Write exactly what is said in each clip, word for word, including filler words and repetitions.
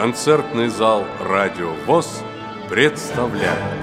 Концертный зал «Радио ВОС» представляет.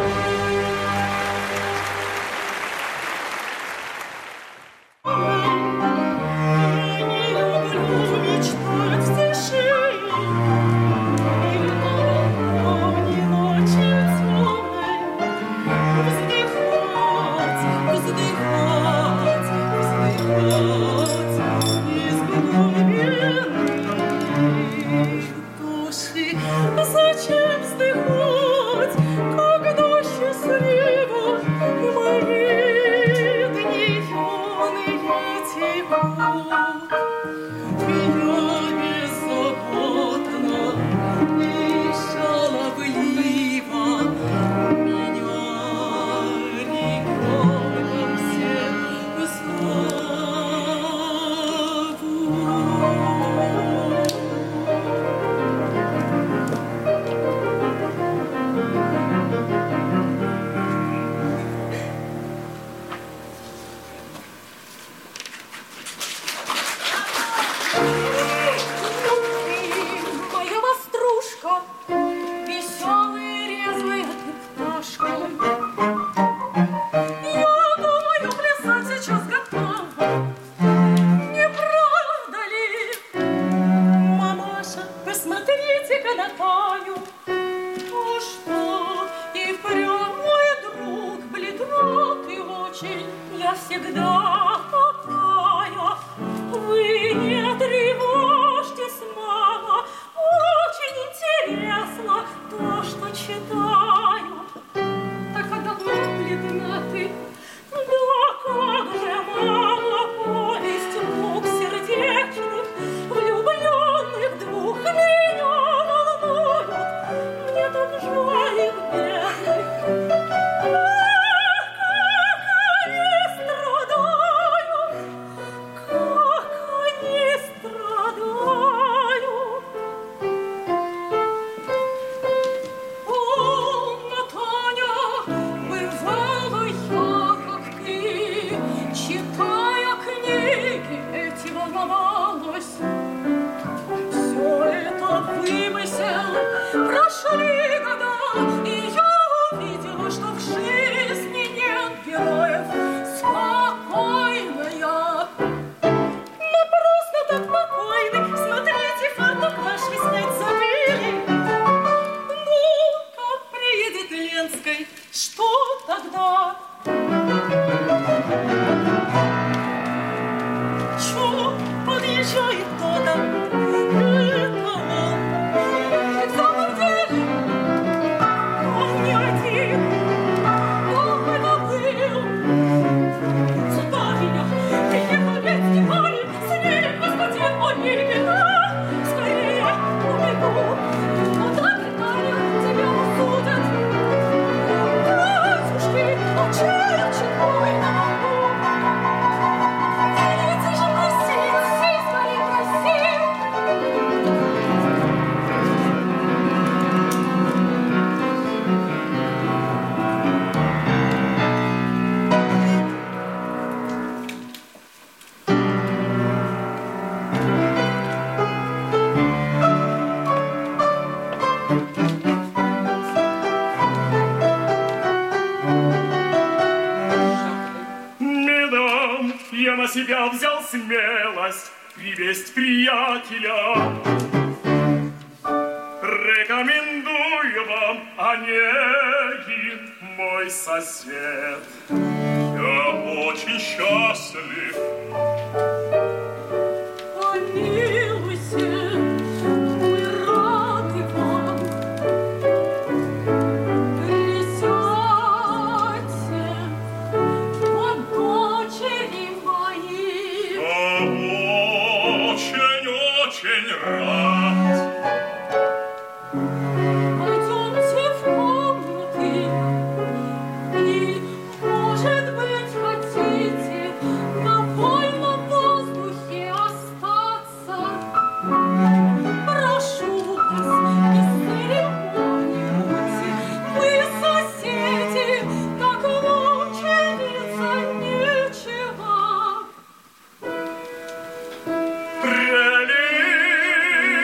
Себя взял смелость привесть приятеля. Рекомендую вам Онегин, мой сосед. Я очень счастлив. Помилуйте, мы рады вам. Присядьте, о дочери мои. Очень-очень рад. Пойдемте в комнаты и, может быть, хотите на вольном воздухе остаться. Прошу вас, без церемонии, мы соседи, так лучше виться нечего. Прелесть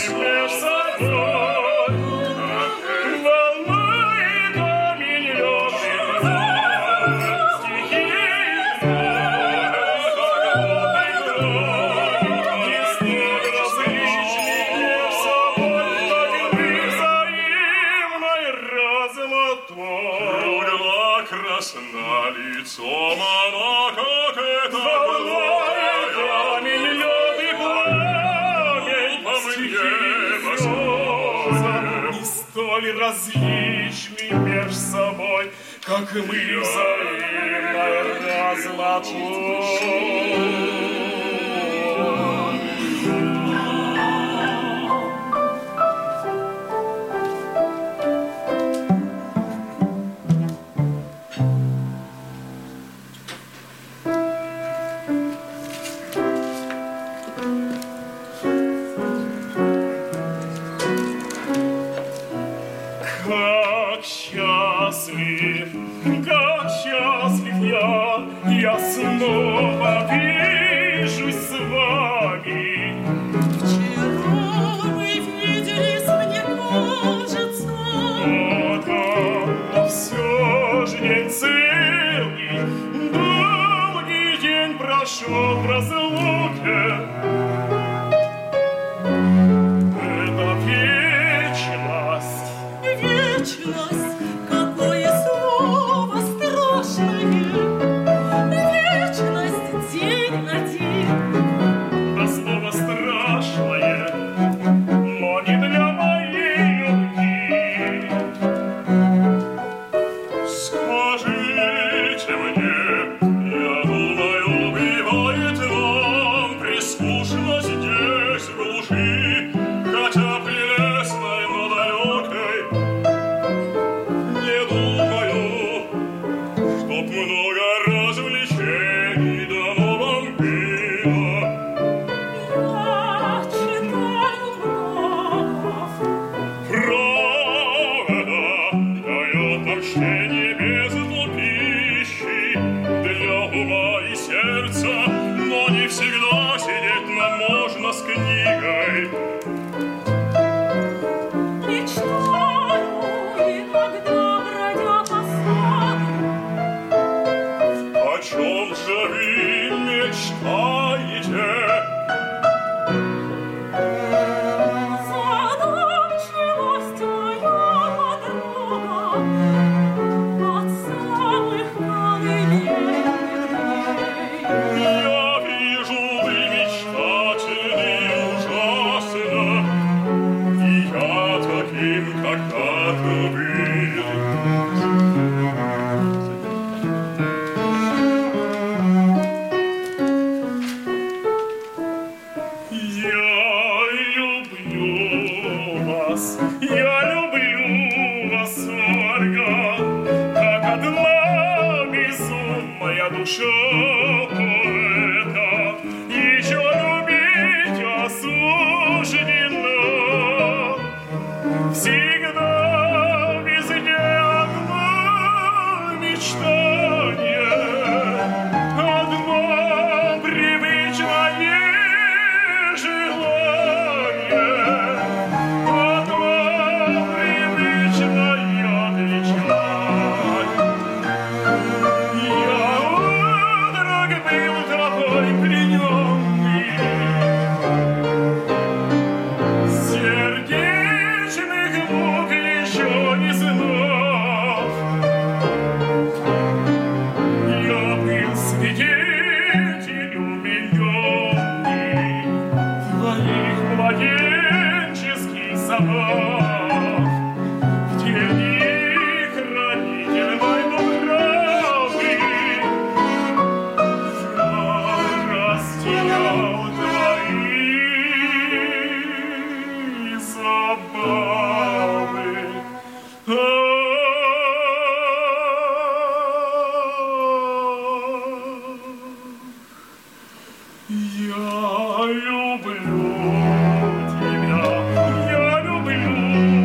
Различны меж собой, как мы взаимно разлучены. Я снова вижусь с вами. Вчера мы виделись, мне кажется. О, да, но все же день целый, долгий день прошел в разлуке. Это вечность. Вечность, какое слово страшное. День один. Да слово страшное, но не для моей любви. Скажите мне, я думаю, убивает вам прискучно здесь в глуши, хотя прелестной, но далекой. Не думаю, чтоб много развлечений дано вам было. Я читаю много. Правда дает нам чтение без пищи для ума и сердца, но не всегда сидеть нам можно с книгой. Мечтаю иногда, бродя по саду. О чем же вы мечтаете? Задумчивость моя подруга от самых колыбельных дней. Я вижу, вы мечтательны ужасно, и я таким когда-то был. Я люблю вас, я люблю вас, Ольга, как одна безумная душа поэта. Еще любить осуждена, всегда везде одно мечтание, одно привычное желание, одно привычное кричать. Я, отрок, был тобой плененный, сердечных мук еще не знал. Я был свидетель умиленный твоих младенческих забав. В те дни хранитель мой духовный, я растерял твои забавы. Я люблю тебя, я люблю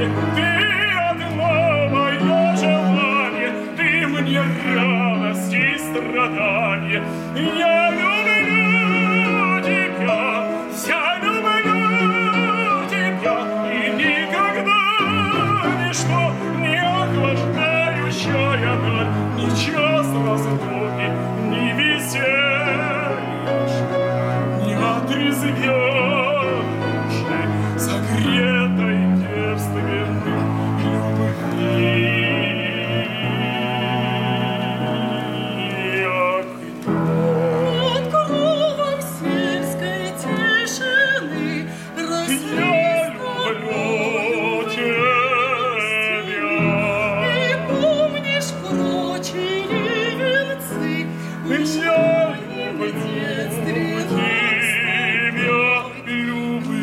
ты одно мое желание, ты мне радость и страдание. Я люблю тебя, я люблю тебя, и никогда ничто не охлаждающая даль, ни час разлуки, ни веселья, ни отрезвения. Согретой девственной любви. Над кругом сельской тишины Я люблю тебя. и помнишь прочие венцы, Я в детстве тебя люблю.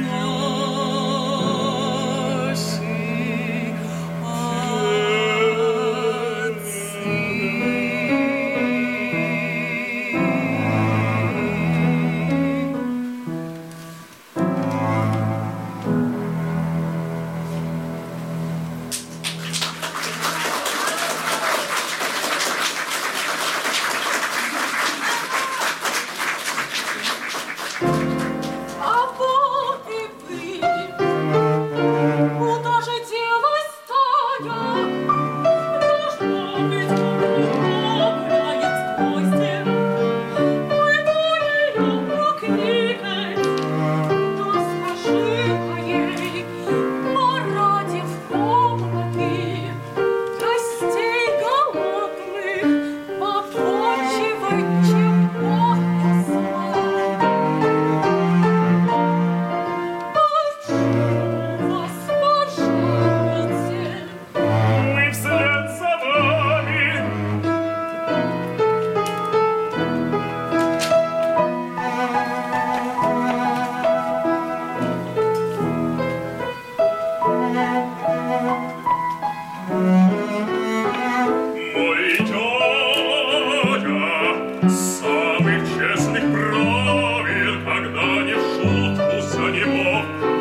А вот и вы. Куда же делась Таня? Должно быть, управляет в гости. Пойду ее прокликать, да скажи-ка ей, пора в комнаты гостей голодных попочивать, чем Бог послал. Прошу вас, пожалуйте. Мы вслед за вами. Мой дядя самых честных правил, когда не в шутку за него.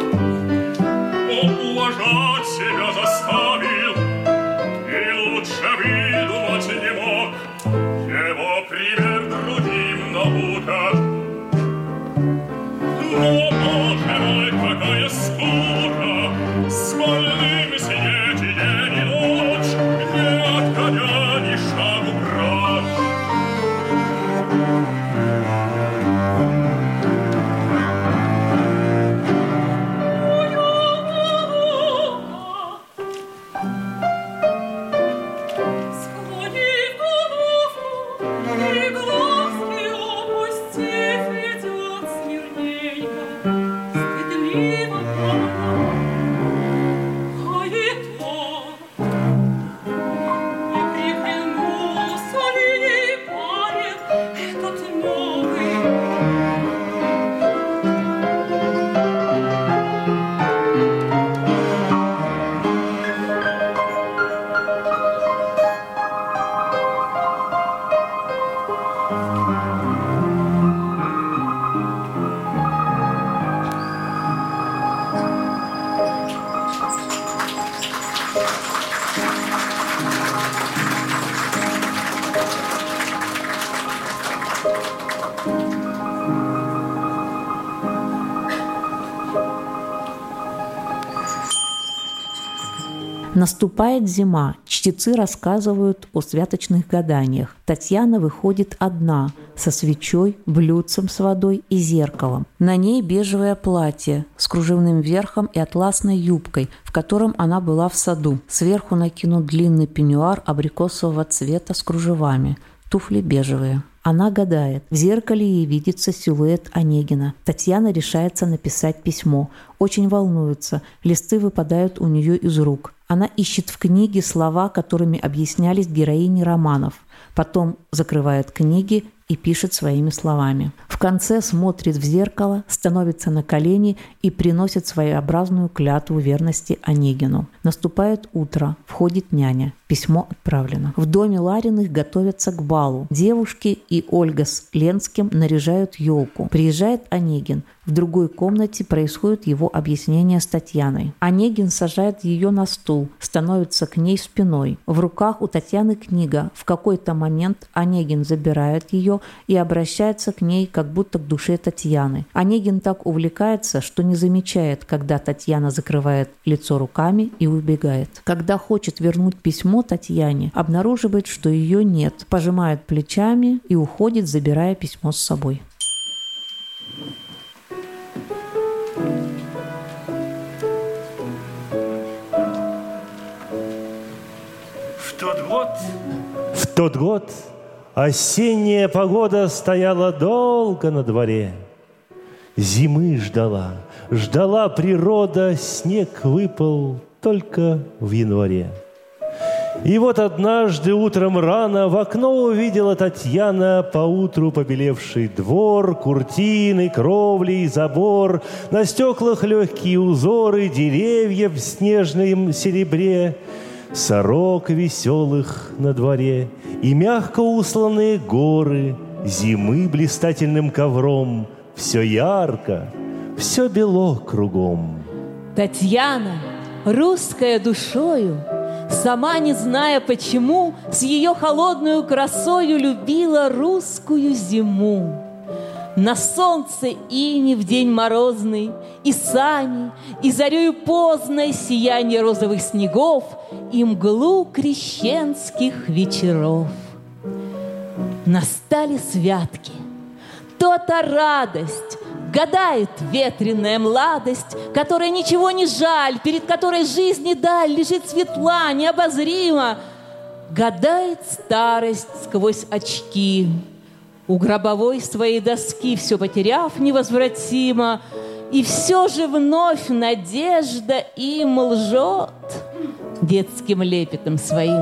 Он уважать себя заставил и лучше выдумать не мог. Его пример другим наука. Но, Боже мой, какая скука, с больным сидеть и день и ночь, не отходя ни шагу прочь. Склонив головку и глазки опустив, идет смирненько, стыдливо она. А и то не приглянулся ли ей парень этот новый? Наступает зима. Чтецы рассказывают о святочных гаданиях. Татьяна выходит одна, со свечой, блюдцем с водой и зеркалом. На ней бежевое платье с кружевным верхом и атласной юбкой, в котором она была в саду. Сверху накинут длинный пеньюар абрикосового цвета с кружевами. Туфли бежевые. Она гадает. В зеркале ей видится силуэт Онегина. Татьяна решается написать письмо. Очень волнуется. Листы выпадают у нее из рук. Она ищет в книге слова, которыми объяснялись героини романов. Потом закрывает книги и пишет своими словами. В конце смотрит в зеркало, становится на колени и приносит своеобразную клятву верности Онегину. Наступает утро, входит няня. Письмо отправлено. В доме Лариных готовятся к балу. Девушки и Ольга с Ленским наряжают елку. Приезжает Онегин. В другой комнате происходит его объяснение с Татьяной. Онегин сажает ее на стул, становится к ней спиной. В руках у Татьяны книга. В какой-то момент Онегин забирает ее и обращается к ней, как будто к душе Татьяны. Онегин так увлекается, что не замечает, когда Татьяна закрывает лицо руками и убегает. Когда хочет вернуть письмо Татьяне, обнаруживает, что ее нет, пожимает плечами и уходит, забирая письмо с собой. В тот год, в тот год осенняя погода стояла долго на дворе. Зимы ждала, ждала природа, снег выпал только в январе. И вот однажды утром рано в окно увидела Татьяна поутру побелевший двор, куртины, кровли и забор, на стеклах легкие узоры, деревья в снежном серебре, сорок веселых на дворе и мягко усланные горы, зимы блистательным ковром, все ярко, все бело кругом. Татьяна, русская душою, сама не зная почему, с ее холодную красою любила русскую зиму. На солнце ини в день морозный, и сани, и зарею поздной сияние розовых снегов, и мглу крещенских вечеров. Настали святки, то-то радость, гадает ветреная младость, которой ничего не жаль, перед которой жизни даль лежит светла, необозрима. Гадает старость сквозь очки, у гробовой своей доски все потеряв невозвратимо, и все же вновь надежда им лжет детским лепетом своим.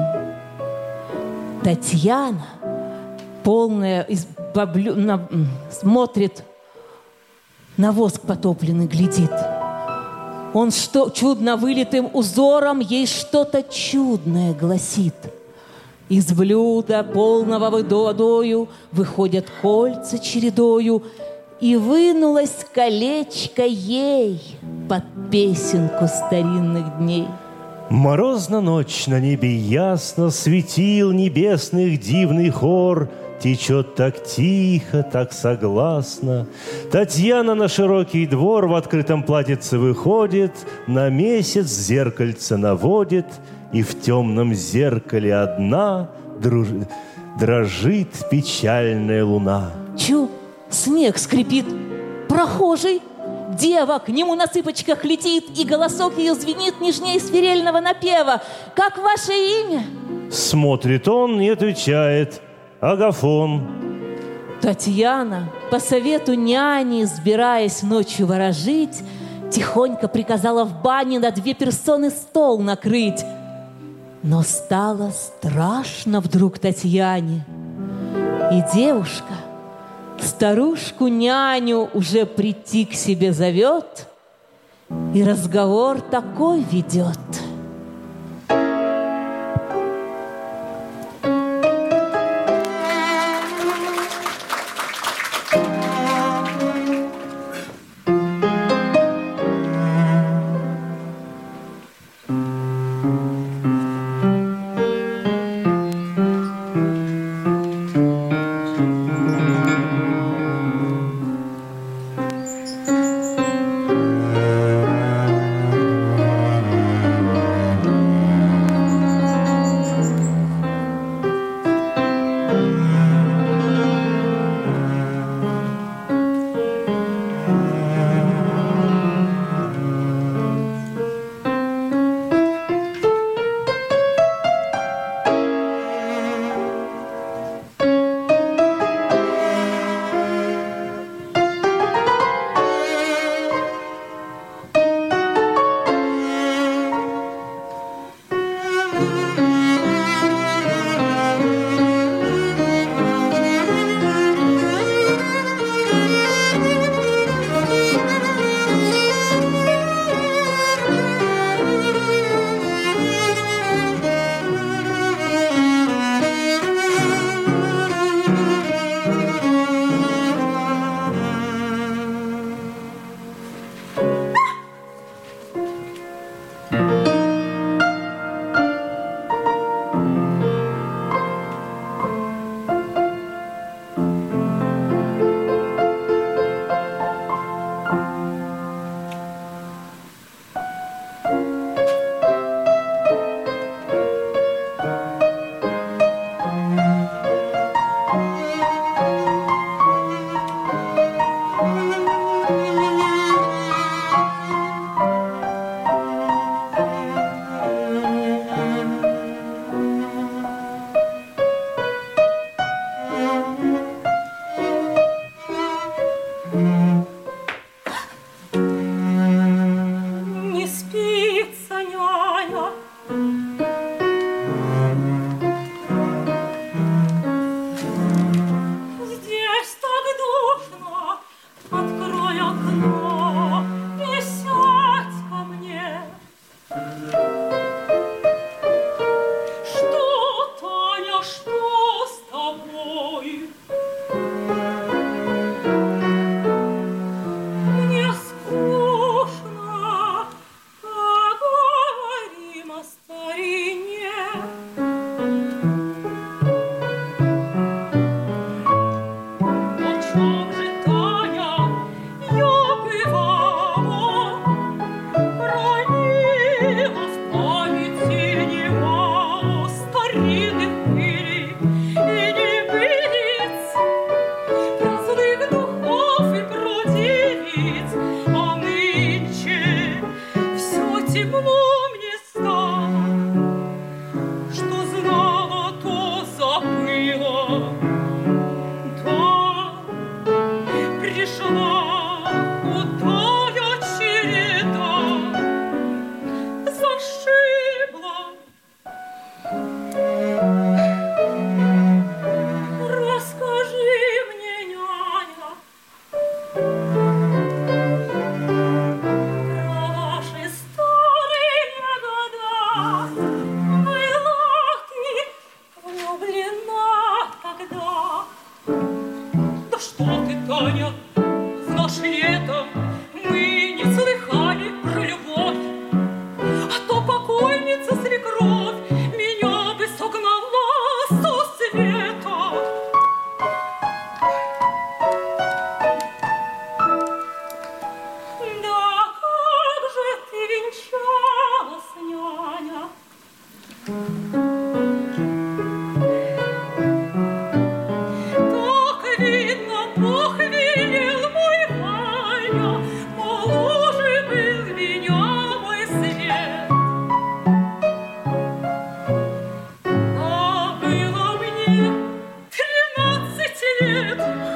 Татьяна, полная, избаблю... на... смотрит, на воск потопленный глядит. Он что чудно вылитым узором ей что-то чудное гласит. Из блюда, полного водою, выходят кольца чередою, и вынулось колечко ей под песенку старинных дней. Морозна ночь, на небе ясно светил небесных дивный хор. Течет так тихо, так согласно. Татьяна на широкий двор в открытом платьице выходит, на месяц зеркальце наводит, и в темном зеркале одна друж... дрожит печальная луна. Чу, снег скрипит, прохожий, дева к нему на цыпочках летит, и голосок ее звенит нежнее свирельного напева. Как ваше имя? Смотрит он и отвечает: Агафон. Татьяна, по совету няни, сбираясь ночью ворожить, тихонько приказала в бане на две персоны стол накрыть. Но стало страшно вдруг Татьяне, и девушка старушку-няню уже прийти к себе зовет, и разговор такой ведет. том не знала, что знала, то забыла. Да, пришла худая череда, зашибла. Расскажи мне, няня, про ваши старые года. Была ты влюблена тогда. Да что ты, Таня, в наше лето мы не слыхали про любовь, а то покойница свекровь меня бы согнала со света. Да как же ты венчалась, няня? Так видно, Бог велел, мой Ваня, моложе был меня мой свет. А было мне тринадцать лет.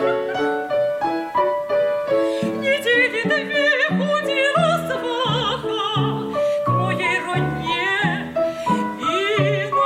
Недели две ходила сваха к моей родне и на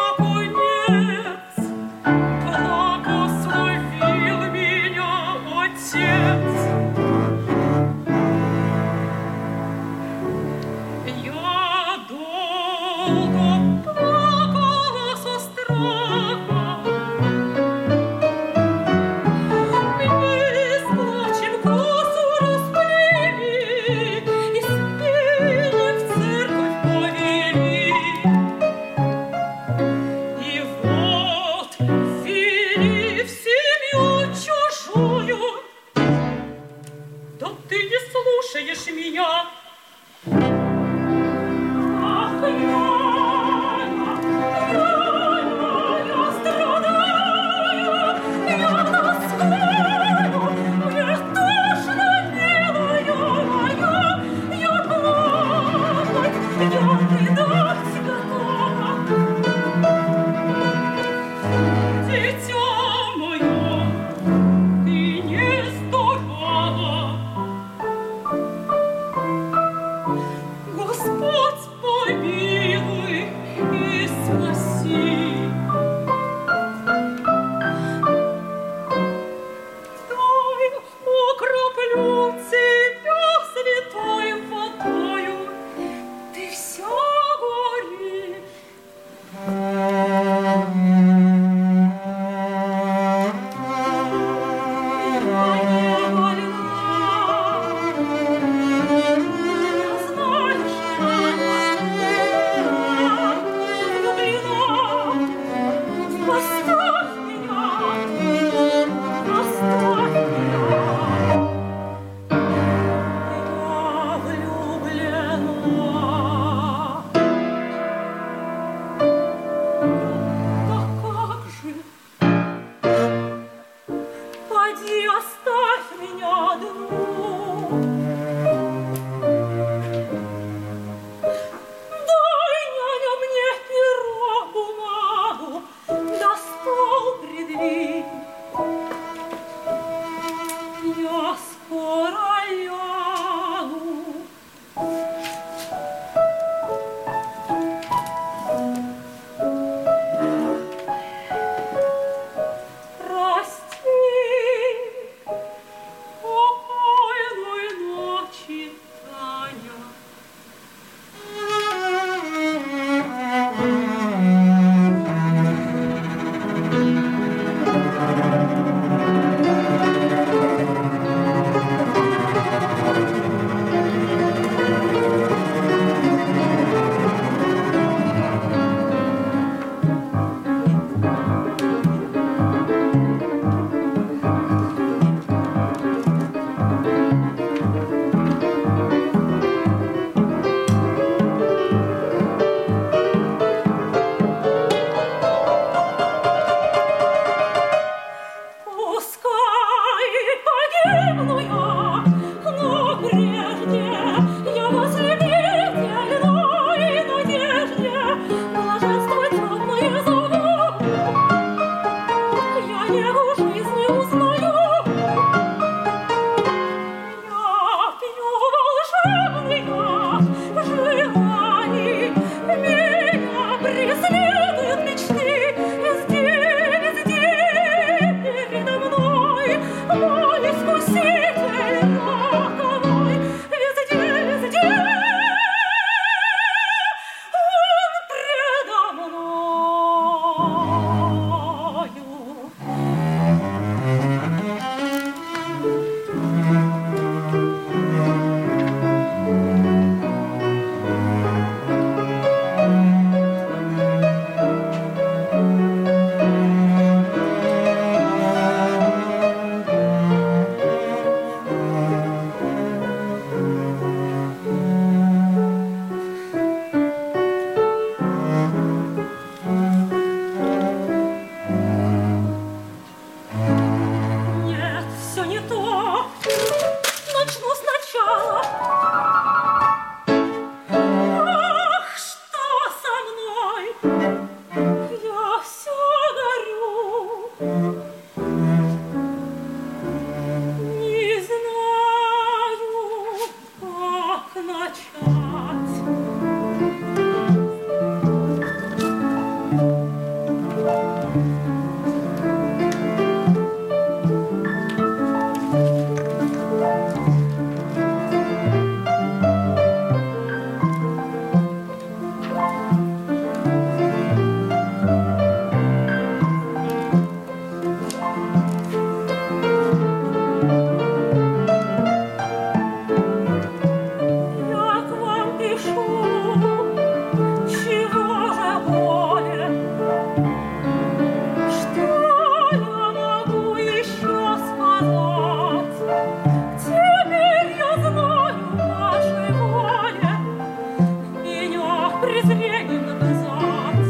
презрением наказать.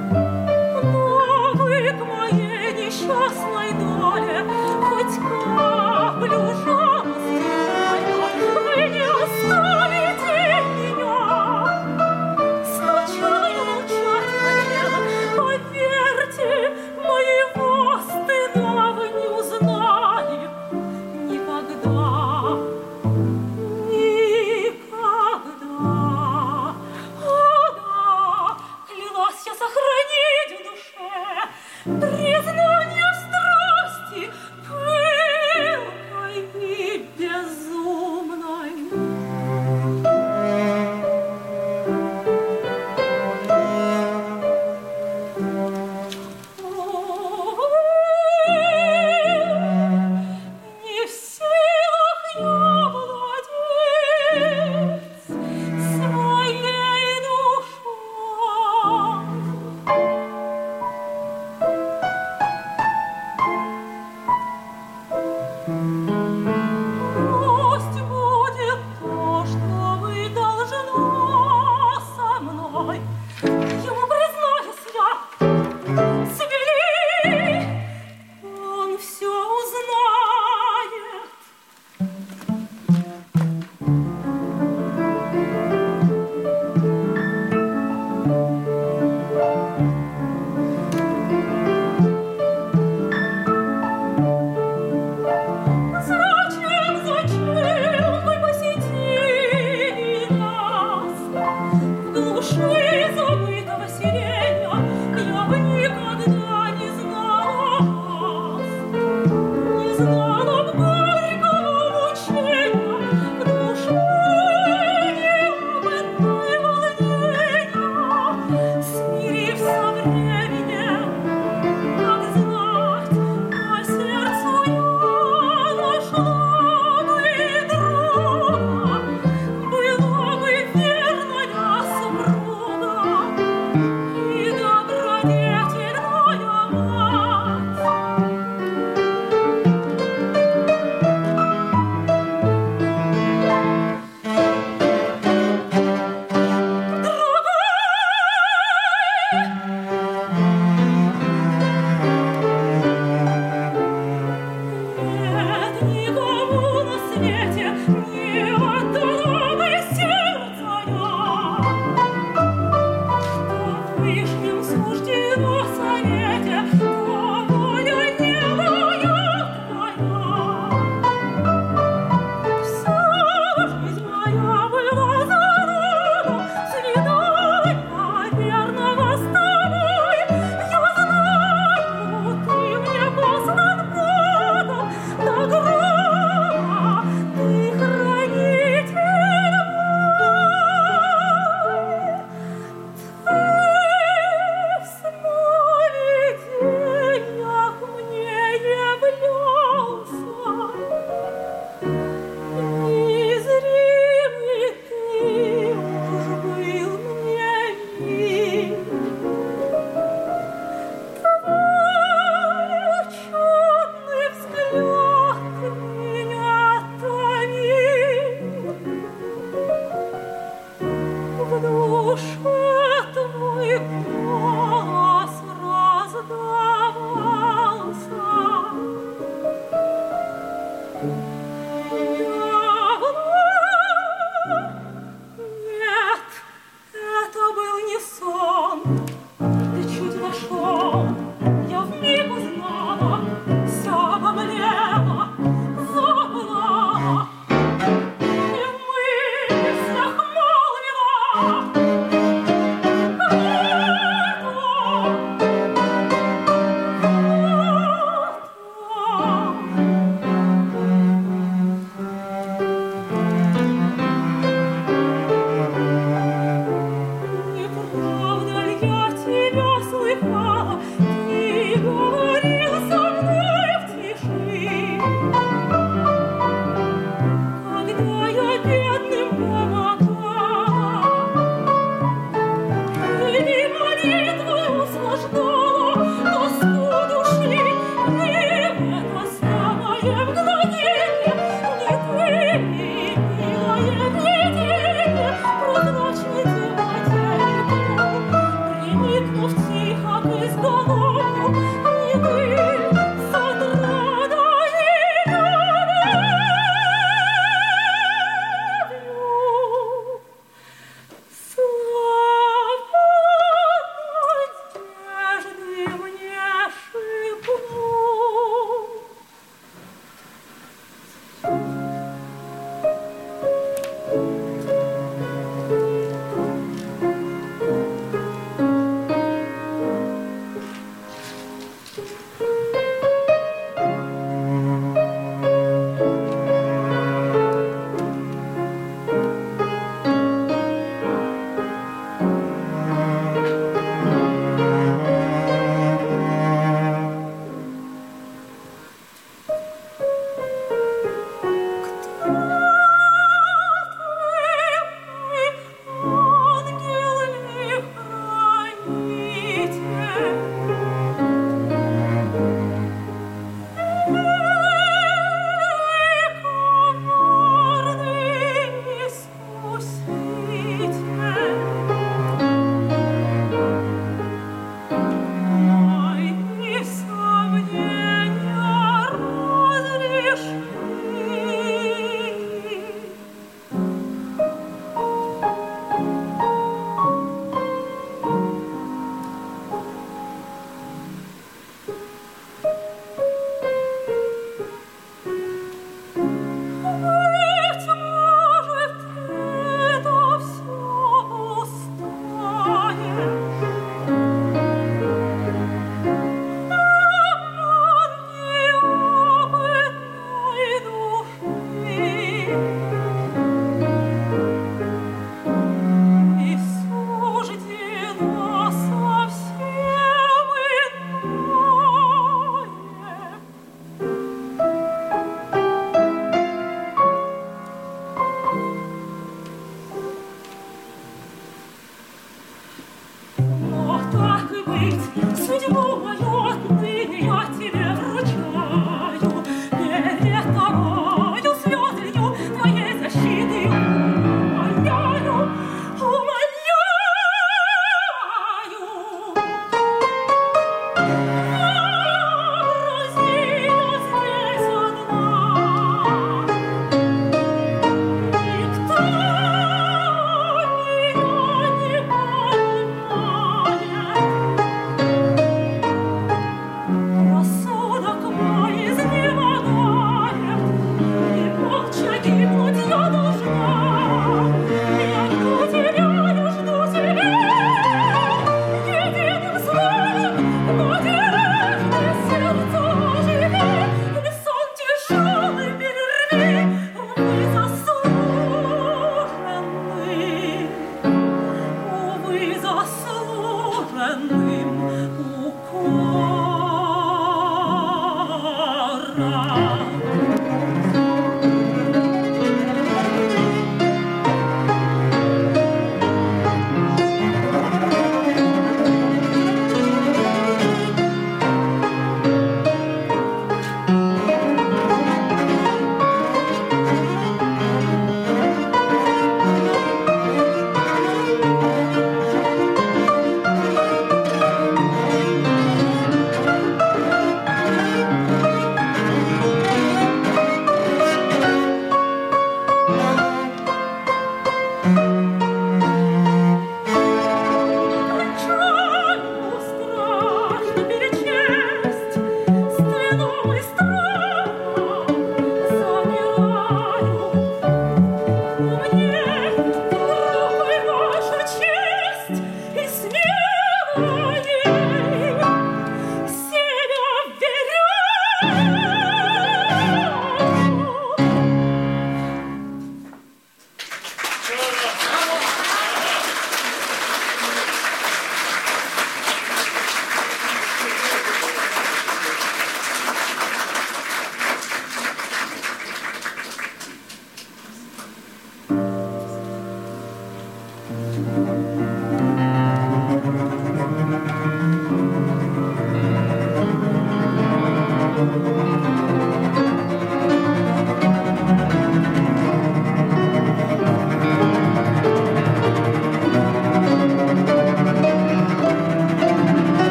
Но вы к моей несчастной доле хоть каплю жалости моя, вы не оставите меня. Сначала я молчать хотела, поверьте, моего стыда вы не узнали никогда. Никогда. О, да, клялась я сохранить в душе признание страсти пылкой и безумной. Не в силах я владеть своей душой. Пусть будет то, что вы должны со мной. Ему признаюсь я, свели, он все узнает. Зачем, зачем вы посетили нас? В глуши забытого сиренья я бы никогда не знала вас. Не знала б горького мучения, в душе неопытное волнение. Смирив со временем, как знать, по сердцу я нашла бы друга, была бы верная супруга и добродетельная мать. Нет никому на свете не отдала бы сердца я, что в вышнем суждено совете, то воля не моя твоя. Вся жизнь моя была зародом свидания верного с тобой. Я знаю, ты мне послан Богом до гроба, ты хранитель мой. Ты в сновидениях мне являлся, незримый ты уж был мне мил.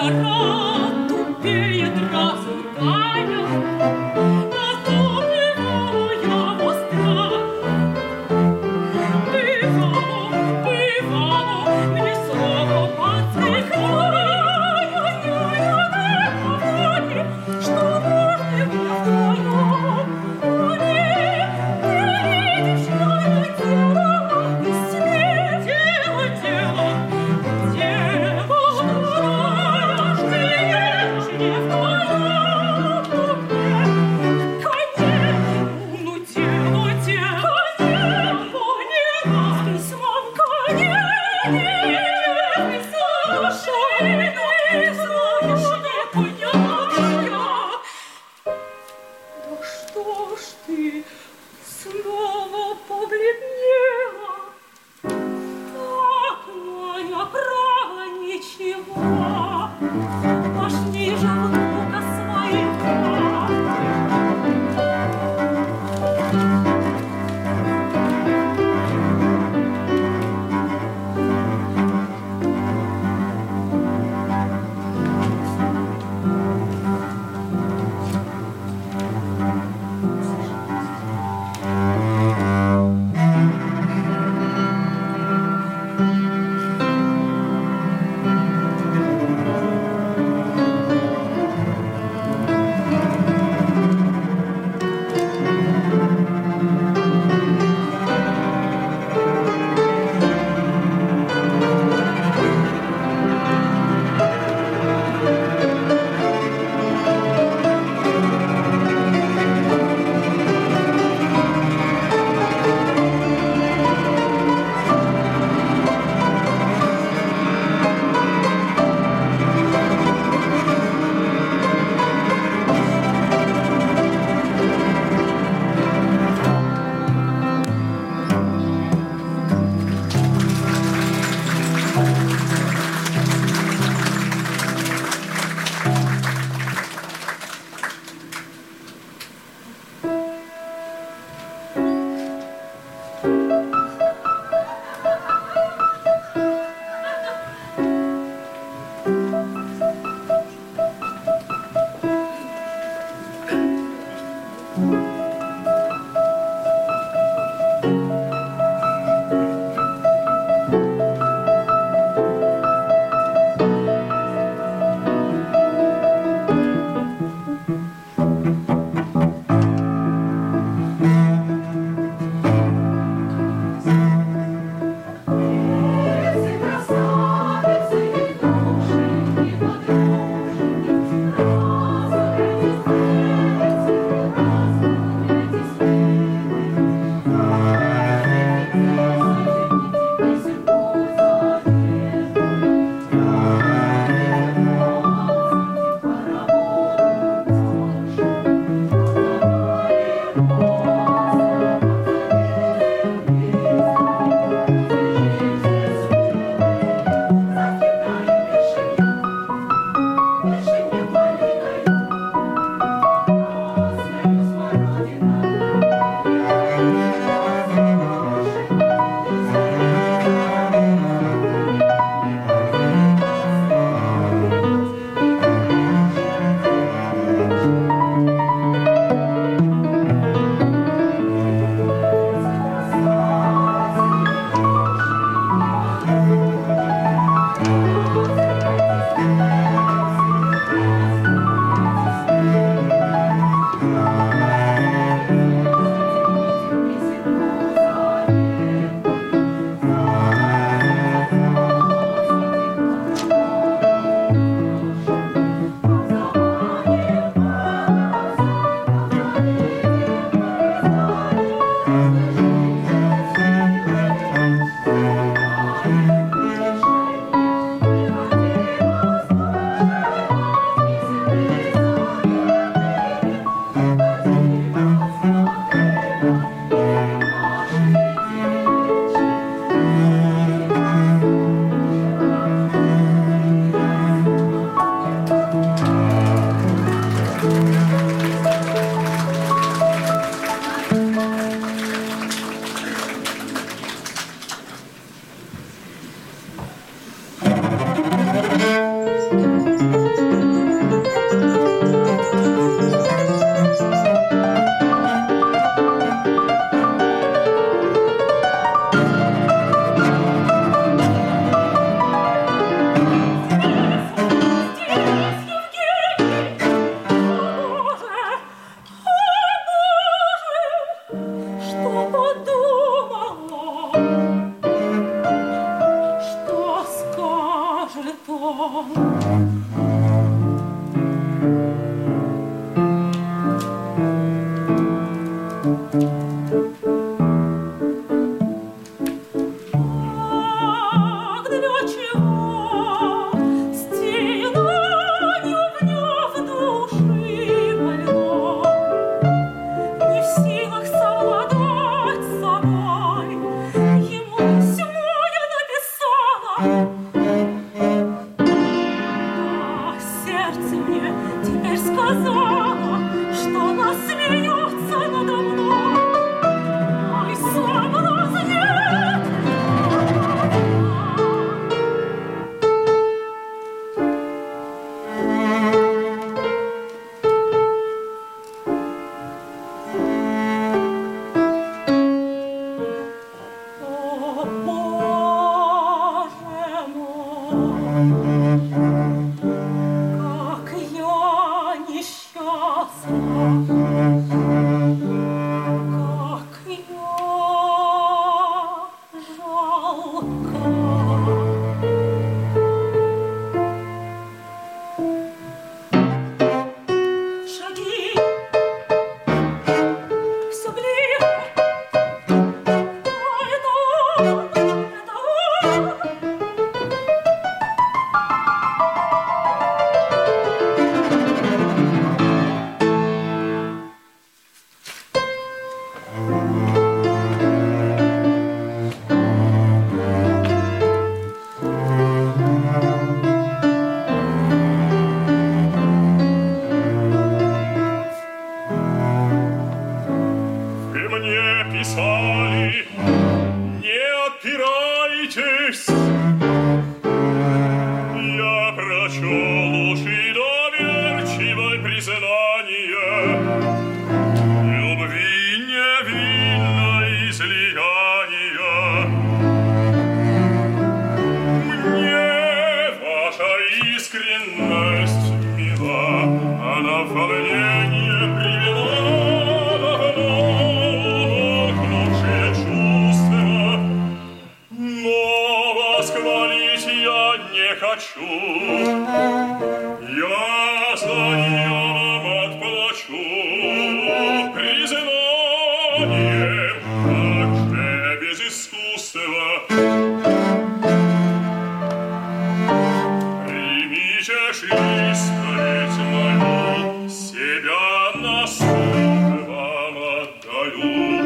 гора тупеет разрубая, а то бывало я востра. Бывало, бывало, мне слово подсыхало. Что можно мне вдвоем? О, нет, ты видишь, я дело без тебя. Дело, дело, дело, что ты ешь не вдвоем? Конечно, ну дело, дело, поняла с письмом, конечно, слушай, ты знаешь, не поняла. Да что ж ты снова побледнела? Такая права ничего, аж ниже внука своего. сердце мне теперь сказала, что она смеется надо мной. Ой, соблазнет! О, Боже мой, как я несчастна, как я жалка. Шаги все ближе. Это он, это он. Вы мне писали, не отпирайтесь. Я прочел уж и доверчивое признание любви невинной излияния. Мне ваша искренность мила, она во мне не привела лопнувшие чувства, но восхвалить я не хочу. Я за нее вам отплачу признанием, как же без искусства. Примите ж исповедь мою, себя на суд вам отдаю.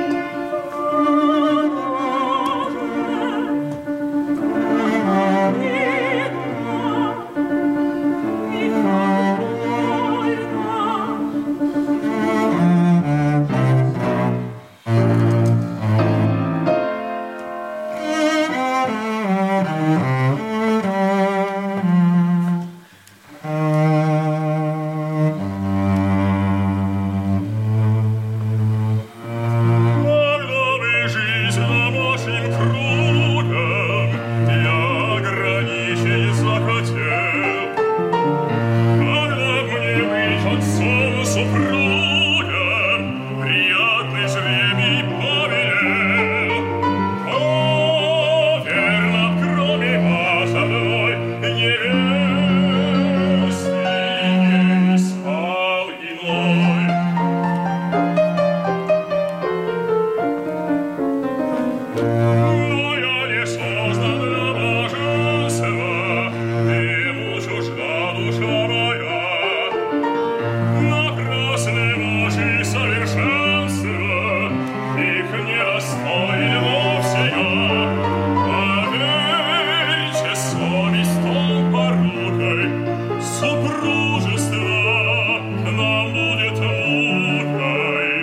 Когда бы жизнь вашим кругом я ограничить захотел, когда б мне быть отцом супругом приятный жребий повелел, о, верно, кроме вас одной невесты не искал иной. Но я не создан для блаженства, ему чужда душа моя. Напрасны ваши совершенства, их недостоин вовсе я. Поверьте, совесть том порукой, супружество нам будет мукой.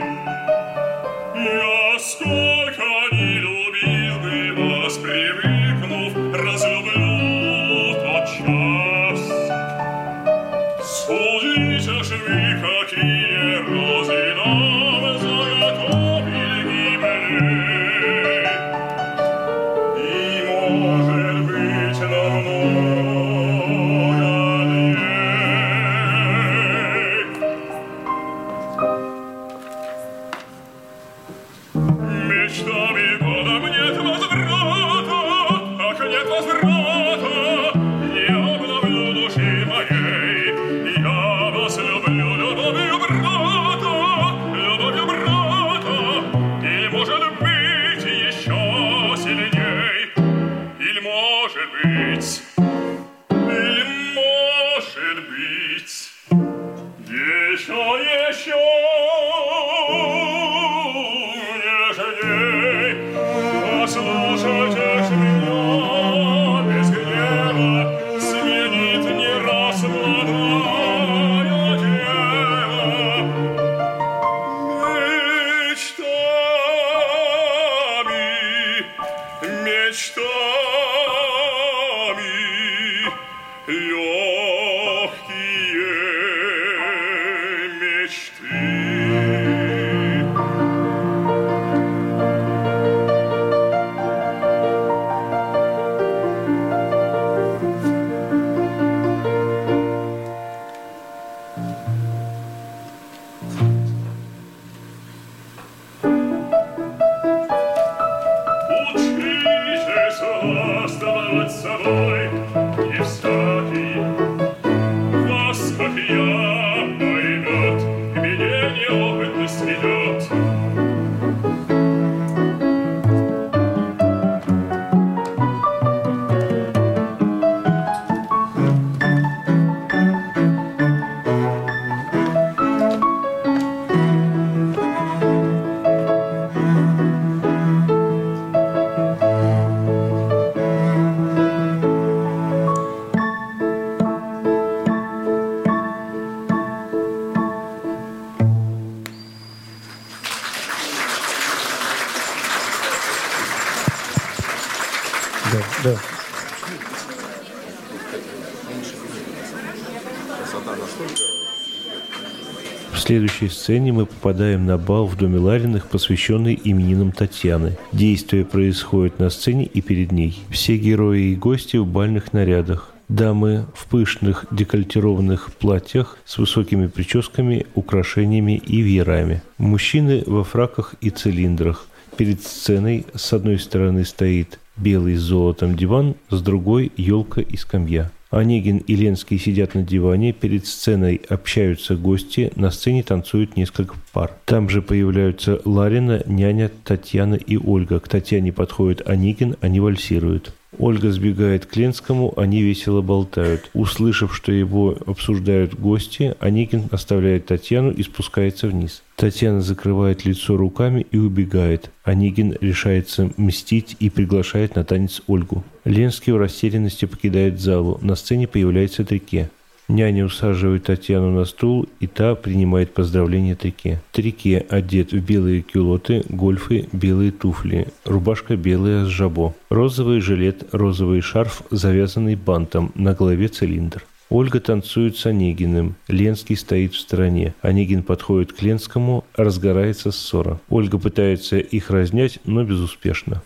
Я сколько не любил бы вас, привыкнув, разлюблю тотчас. Судите ж вы, какие розы нам заготовили гибели. И, может быть, намного дней. Мечтами годом нет возврата, ах, нет возврата, не обновлю души моей. Я вас люблю любовью брата, любовью брата, или, может быть, еще сильней, или, может быть, или, может быть, еще, еще нежней. Послушайте ж меня без гнева, сменит не раз вода. Да. В следующей сцене мы попадаем на бал в доме Лариных, посвященный именинам Татьяны. Действие происходит на сцене и перед ней. Все герои и гости в бальных нарядах. Дамы в пышных декольтированных платьях с высокими прическами, украшениями и веерами. Мужчины во фраках и цилиндрах. Перед сценой с одной стороны стоит белый с золотом диван, с другой – елка и скамья. Онегин и Ленский сидят на диване, перед сценой общаются гости, на сцене танцуют несколько пар. Там же появляются Ларина, няня, Татьяна и Ольга. К Татьяне подходит Онегин, они вальсируют. Ольга сбегает к Ленскому, они весело болтают. Услышав, что его обсуждают гости, Онегин оставляет Татьяну и спускается вниз. Татьяна закрывает лицо руками и убегает. Онегин решается мстить и приглашает на танец Ольгу. Ленский в растерянности покидает залу. На сцене появляется Трике. Няня усаживает Татьяну на стул, и та принимает поздравления Трике. Трике одет в белые кюлоты, гольфы, белые туфли, рубашка белая с жабо, розовый жилет, розовый шарф, завязанный бантом, на голове цилиндр. Ольга танцует с Онегиным. Ленский стоит в стороне. Онегин подходит к Ленскому, разгорается ссора. Ольга пытается их разнять, но безуспешно.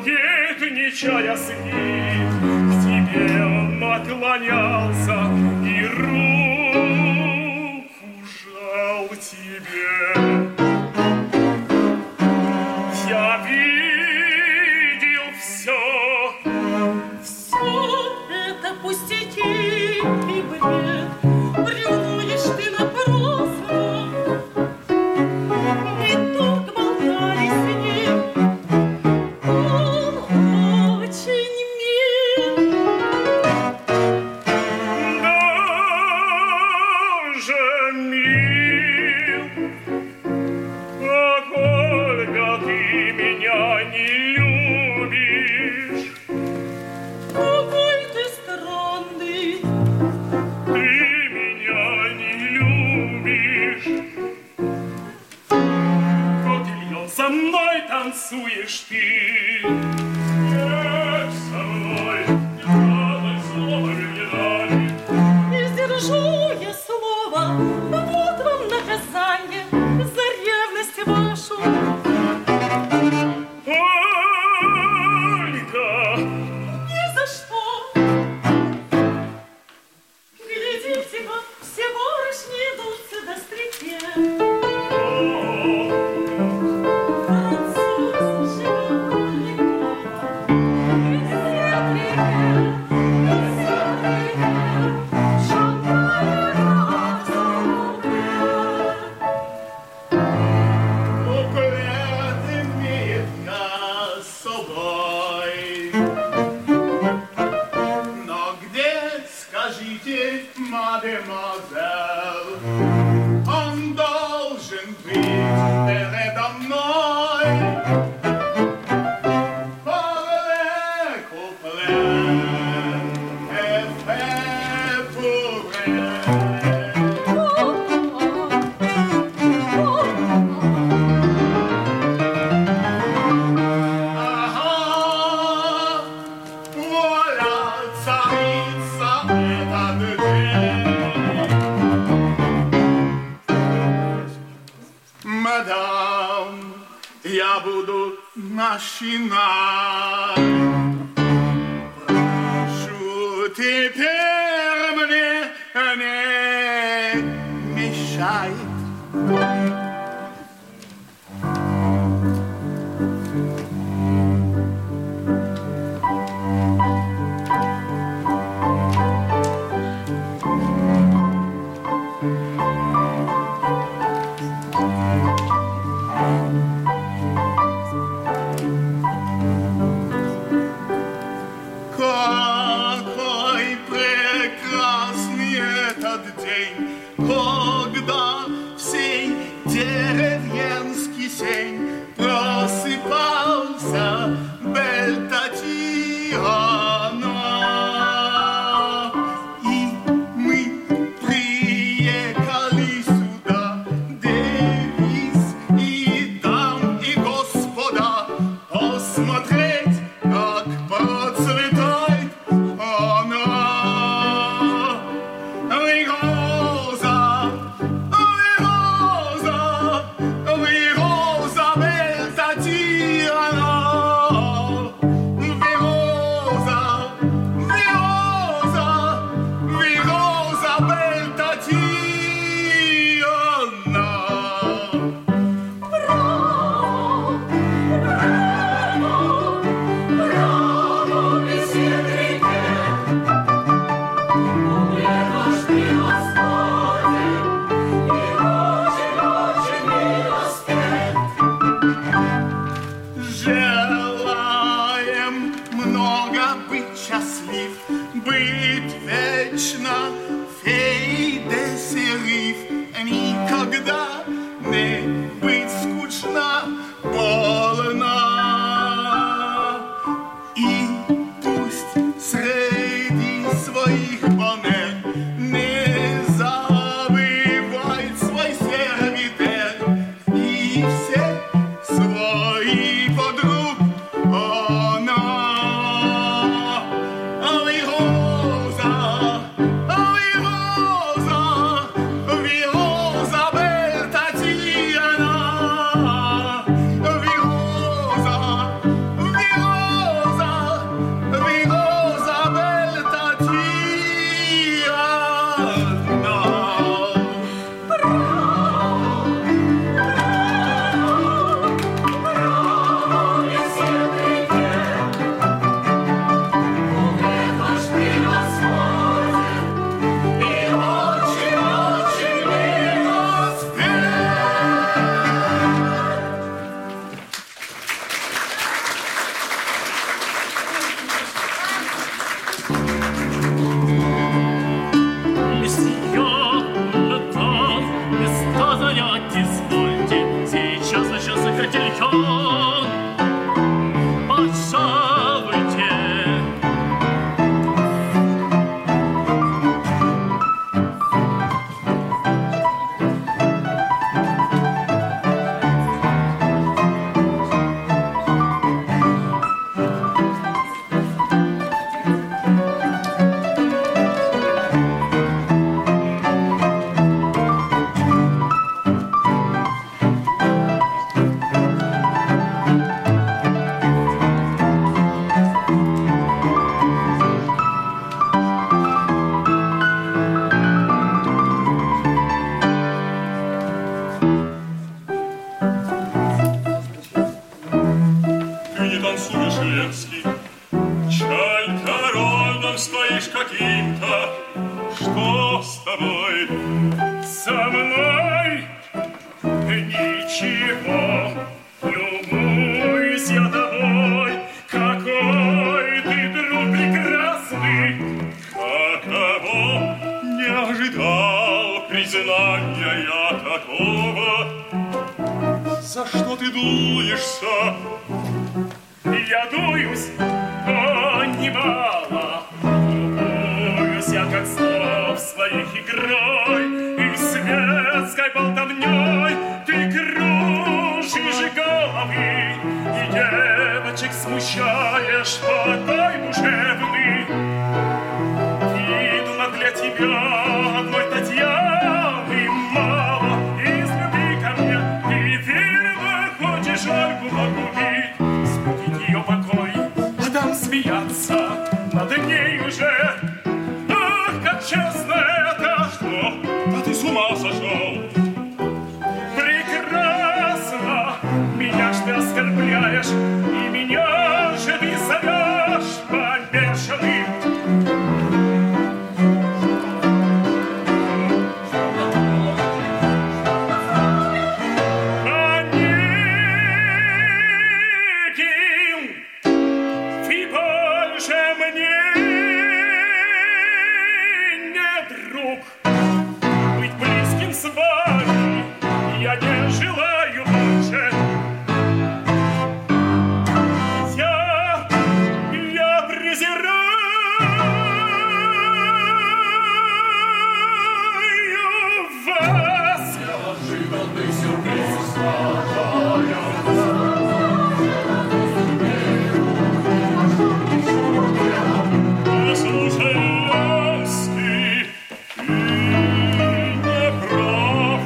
Долгих нечая снит, к тебе он наклонялся и руку жал тебе. Я видел все. Все это пустяки и бред. Ревнуешь ты напрасно. Мы тут болтали с ним. Он очень мил. Даже мил. А Ольга, ты меня не любишь. Какой ты странный. Ты меня не любишь. Котельон, со мной танцуешь ты. Нет, со мной не надо слова не дали. Не сдержу я слова. Вот вам наказание за ревность вашу. Ольга, Ни за что. Гляди, в тебя все барышни идутся до стрельбе. Француз живет далеко. И все привет, и все привет. Шагает нас Укрет имеет нас с собой. Но где, скажите, мадемуазель, он должен быть передо мной? Parlez, couplets, et fait pour Ага, voilà, царица этот день. Мадам, я буду начинать. Прошу теперь мне не мешай. Какой прекрасный этот день, когда всей деревенский сень просыпался Бель-Татьяна. И мы приехали сюда, девиз и дам, и господа, посмотреть, как процветает она. Вы роза, вы роза, вы роза Бель-Татьяна. Вы роза, вы роза, вы роза Бель-Татьяна. Желаем много быть счастлив, быть вечно феей де сериф, никогда не быть скучно полна. И пусть среди своих планет не забывает свой сервитет и все свои подруг она. Ой, роза, ой, роза, ой, роза Со мной ничего, любуюсь я тобой, какой ты, друг, прекрасный. Каково, не ожидал признания я такого. За что ты дуешься? Я дуюсь, но немало. Любуюсь я, как слов своих игрой и светской болтовней. Ты кружишь головы и девочек смущаешь покой душевный. Видно для тебя одной Татьяны мало. Из любви ко мне ты верно хочешь Ольгу погубить. Смутить ее покой, а там смеяться над ней уже. Ах, как честно это! Что? Да ты с ума сошел! Прекрасно! Меня ж ты оскорбляешь, и меня же ты зовешь помешанным. Я не желаю больше. Я, я презираю вас. Неожиданный сюрприз. Послушай, ласки, ты не прав.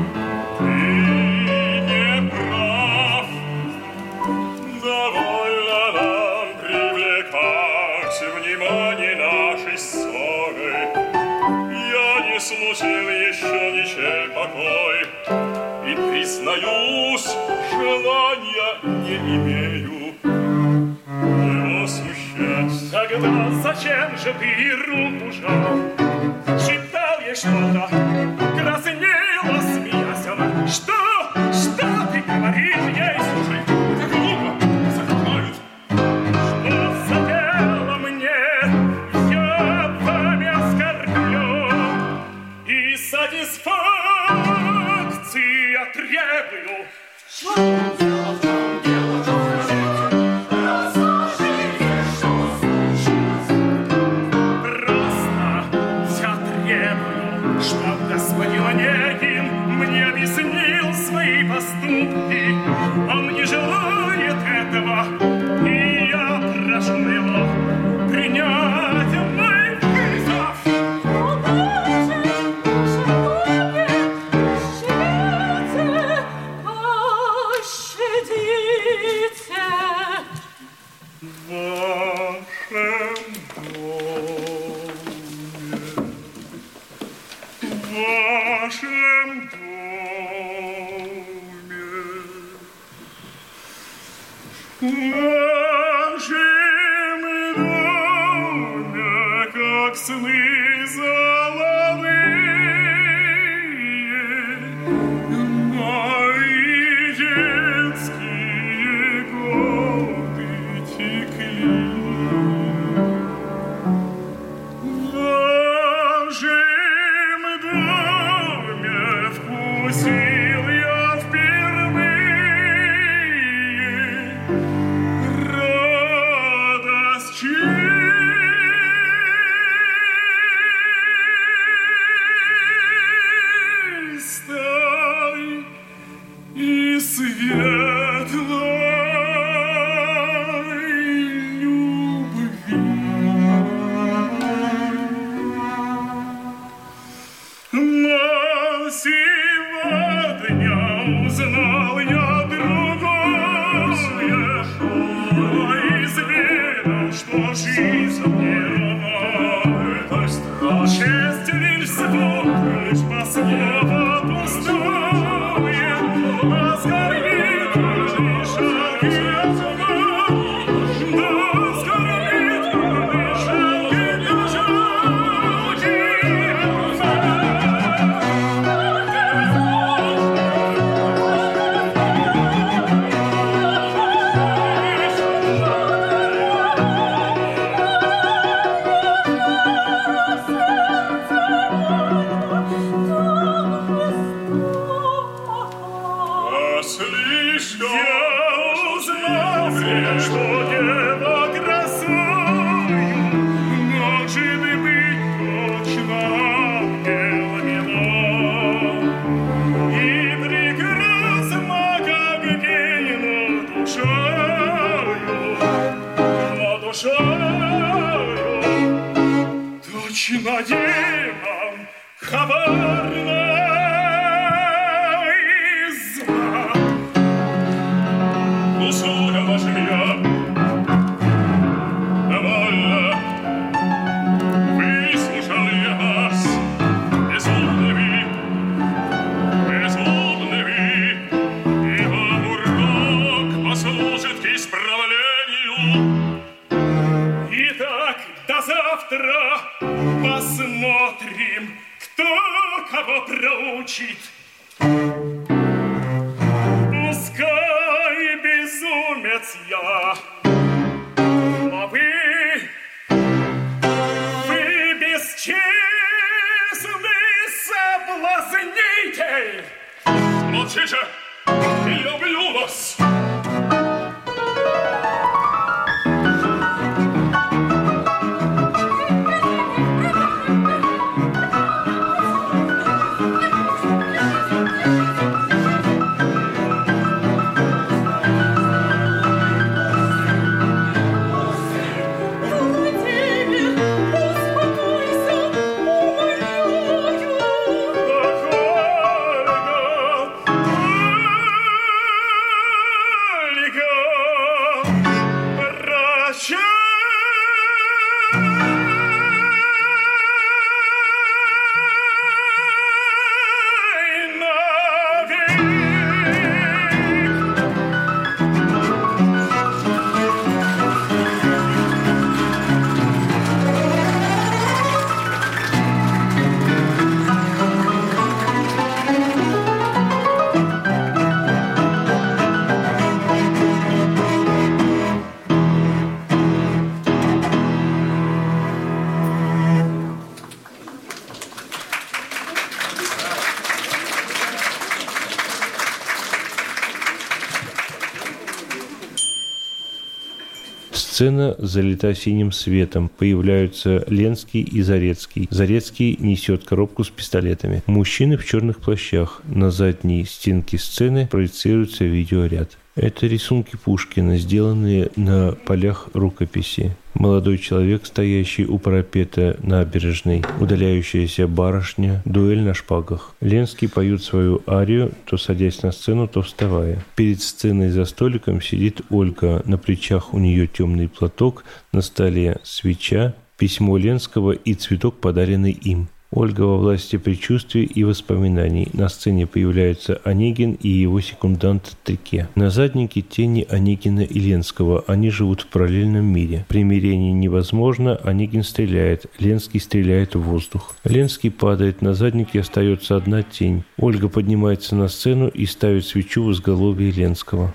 Внимание нашей ссоры. Я не смутил еще ничей покой, и, признаюсь, желания не имею его смущать. Тогда зачем же ты руку жал? Читал я что-то, краснела, смеясь она. Что? Что ты говорил ей? Слушай, как глупо, закрывают. Что за дело мне? Я вами оскорблю и сатисфакции требую. Что дело в том, дело в том, расскажите, что случилось. Просто я требую, чтоб господин Онегин мне объяснил свои поступки. Он не желает этого, и я прошу его принять мой вызов. О, Боже, Боже мой, пощадите, пощадите. В вашем доме, в вашем доме, в вашем доме, как сны золотые, мои детские годы текли. В вашем доме вкусил я впервые радость чистой и светлой любви. Но сегодня узнал я другое, но изведал, что жизнь не равна этой страшной. Честь лишь звук, лишь по слову пустое, оскорбит лишь один звук, да оскорбит лишь один звук. Посмотрим, кто кого проучит. Пускай безумец я, но вы, вы бесчестный соблазнитель. Молчите, люблю вас. Сцена залита синим светом. Появляются Ленский и Зарецкий. Зарецкий несет коробку с пистолетами. Мужчины в черных плащах. На задней стенке сцены проецируется видеоряд. Это рисунки Пушкина, сделанные на полях рукописи. Молодой человек, стоящий у парапета набережной, удаляющаяся барышня, дуэль на шпагах. Ленский поют свою арию, то садясь на сцену, то вставая. Перед сценой за столиком сидит Ольга, на плечах у нее темный платок, на столе свеча, письмо Ленского и цветок, подаренный им. Ольга во власти предчувствий и воспоминаний. На сцене появляются Онегин и его секундант Трике. На заднике тени Онегина и Ленского. Они живут в параллельном мире. Примирение невозможно. Онегин стреляет. Ленский стреляет в воздух. Ленский падает. На заднике остается одна тень. Ольга поднимается на сцену и ставит свечу в изголовье Ленского.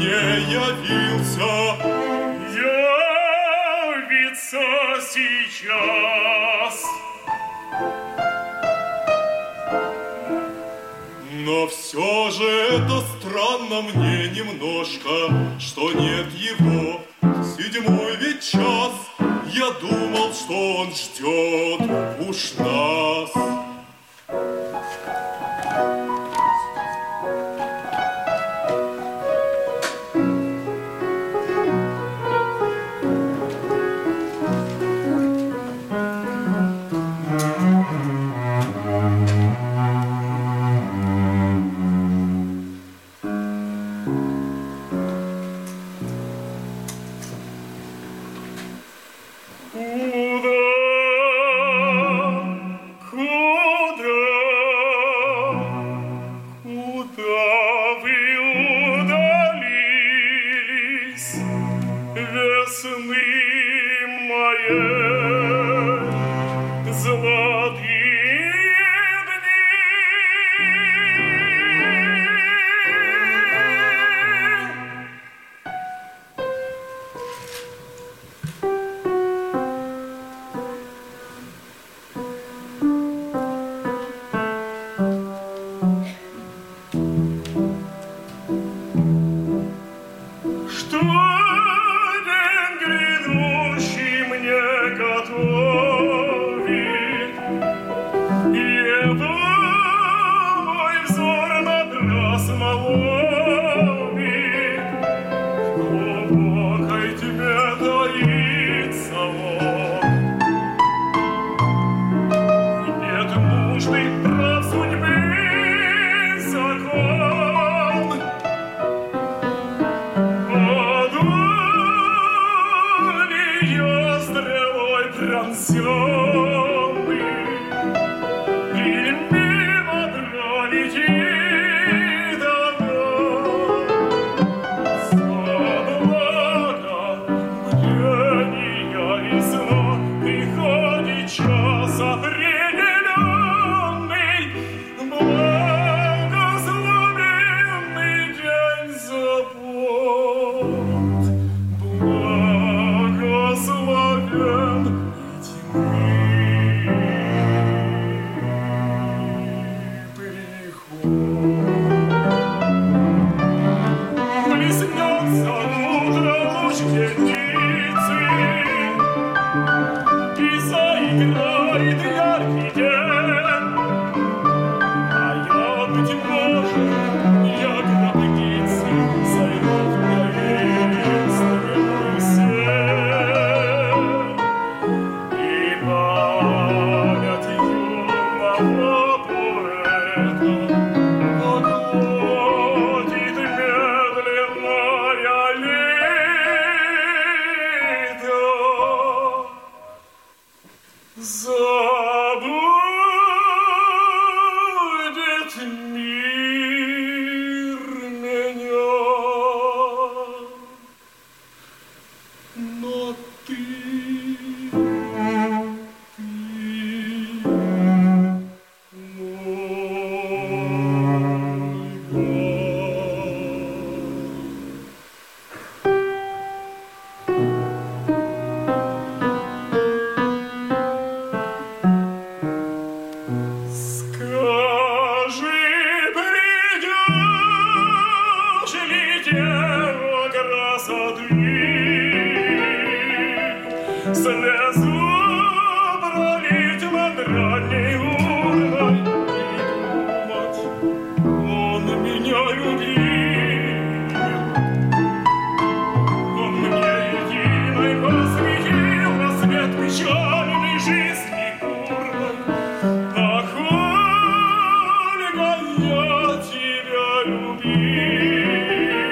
мне явился. Явится сейчас. Но все же это странно мне немножко, что нет его. Седьмой ведь час, я думал, что он ждет уж нас.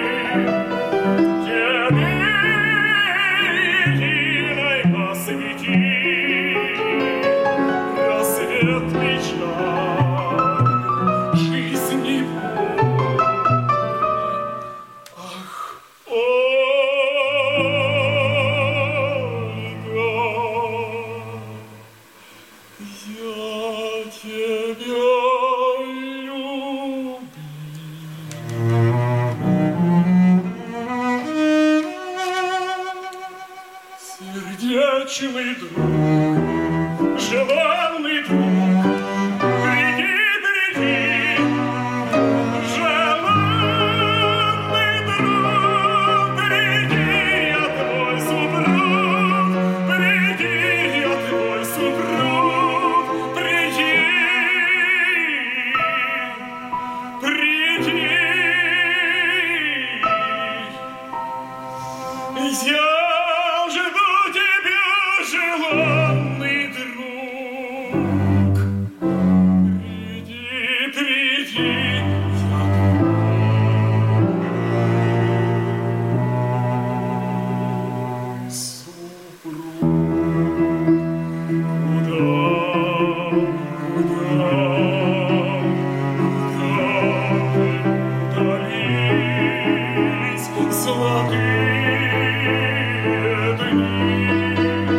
Свети Желанный друг, желанный друг, приди, приди. Желанный друг, приди, я твой супруг, приди, я твой супруг, приди, приди. Я желанный друг, приди, приди, я супруг. Куда, куда, куда удались золотые дни?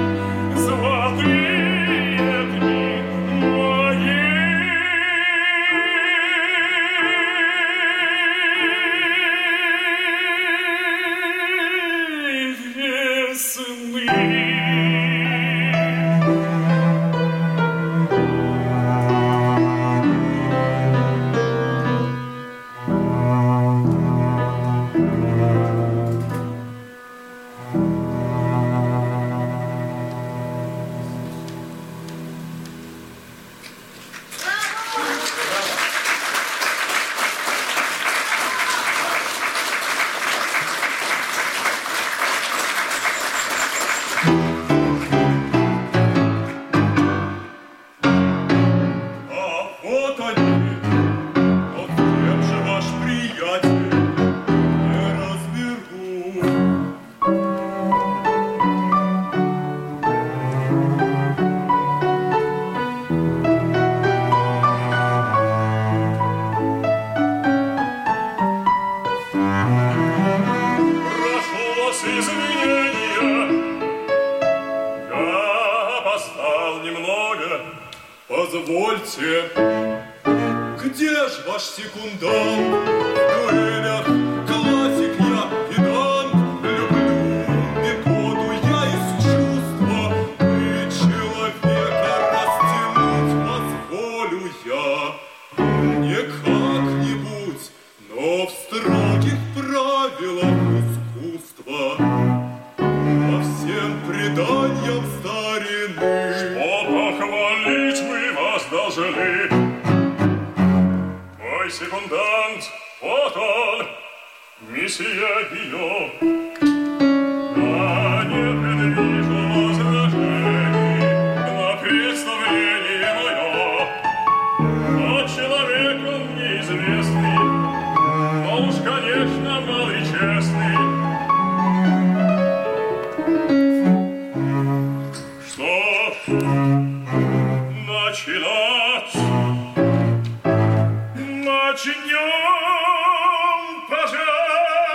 Позвольте, где ж ваш секундант? В дуэлях классик я, педант. Люблю методу я из чувства, и человека растянуть позволю я. Не как-нибудь, но в строгих правилах искусства, по всем преданиям старины. Что похвалить мы вас должны. Мой секундант, вот он, месье Гийо. Я не предвижу возражений на представление мое. Но человек он неизвестный, но уж, конечно, малый честный. Что ж, начинать. Начнем, пожалуй.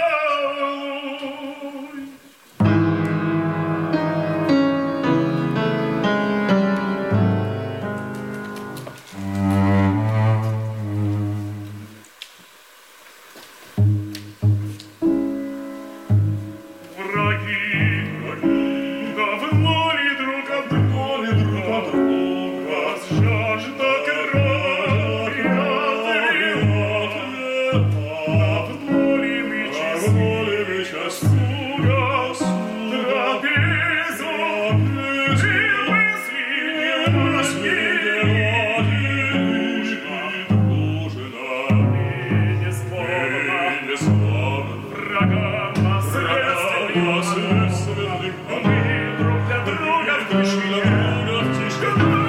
Враги, давно ли друг от друга, друг от друга, жажда крови ответ. Позволим и честуга, трапезу, и мысли не дружина, и не славно, врагам посредственных, мы друг для друга в тишине, в тишине.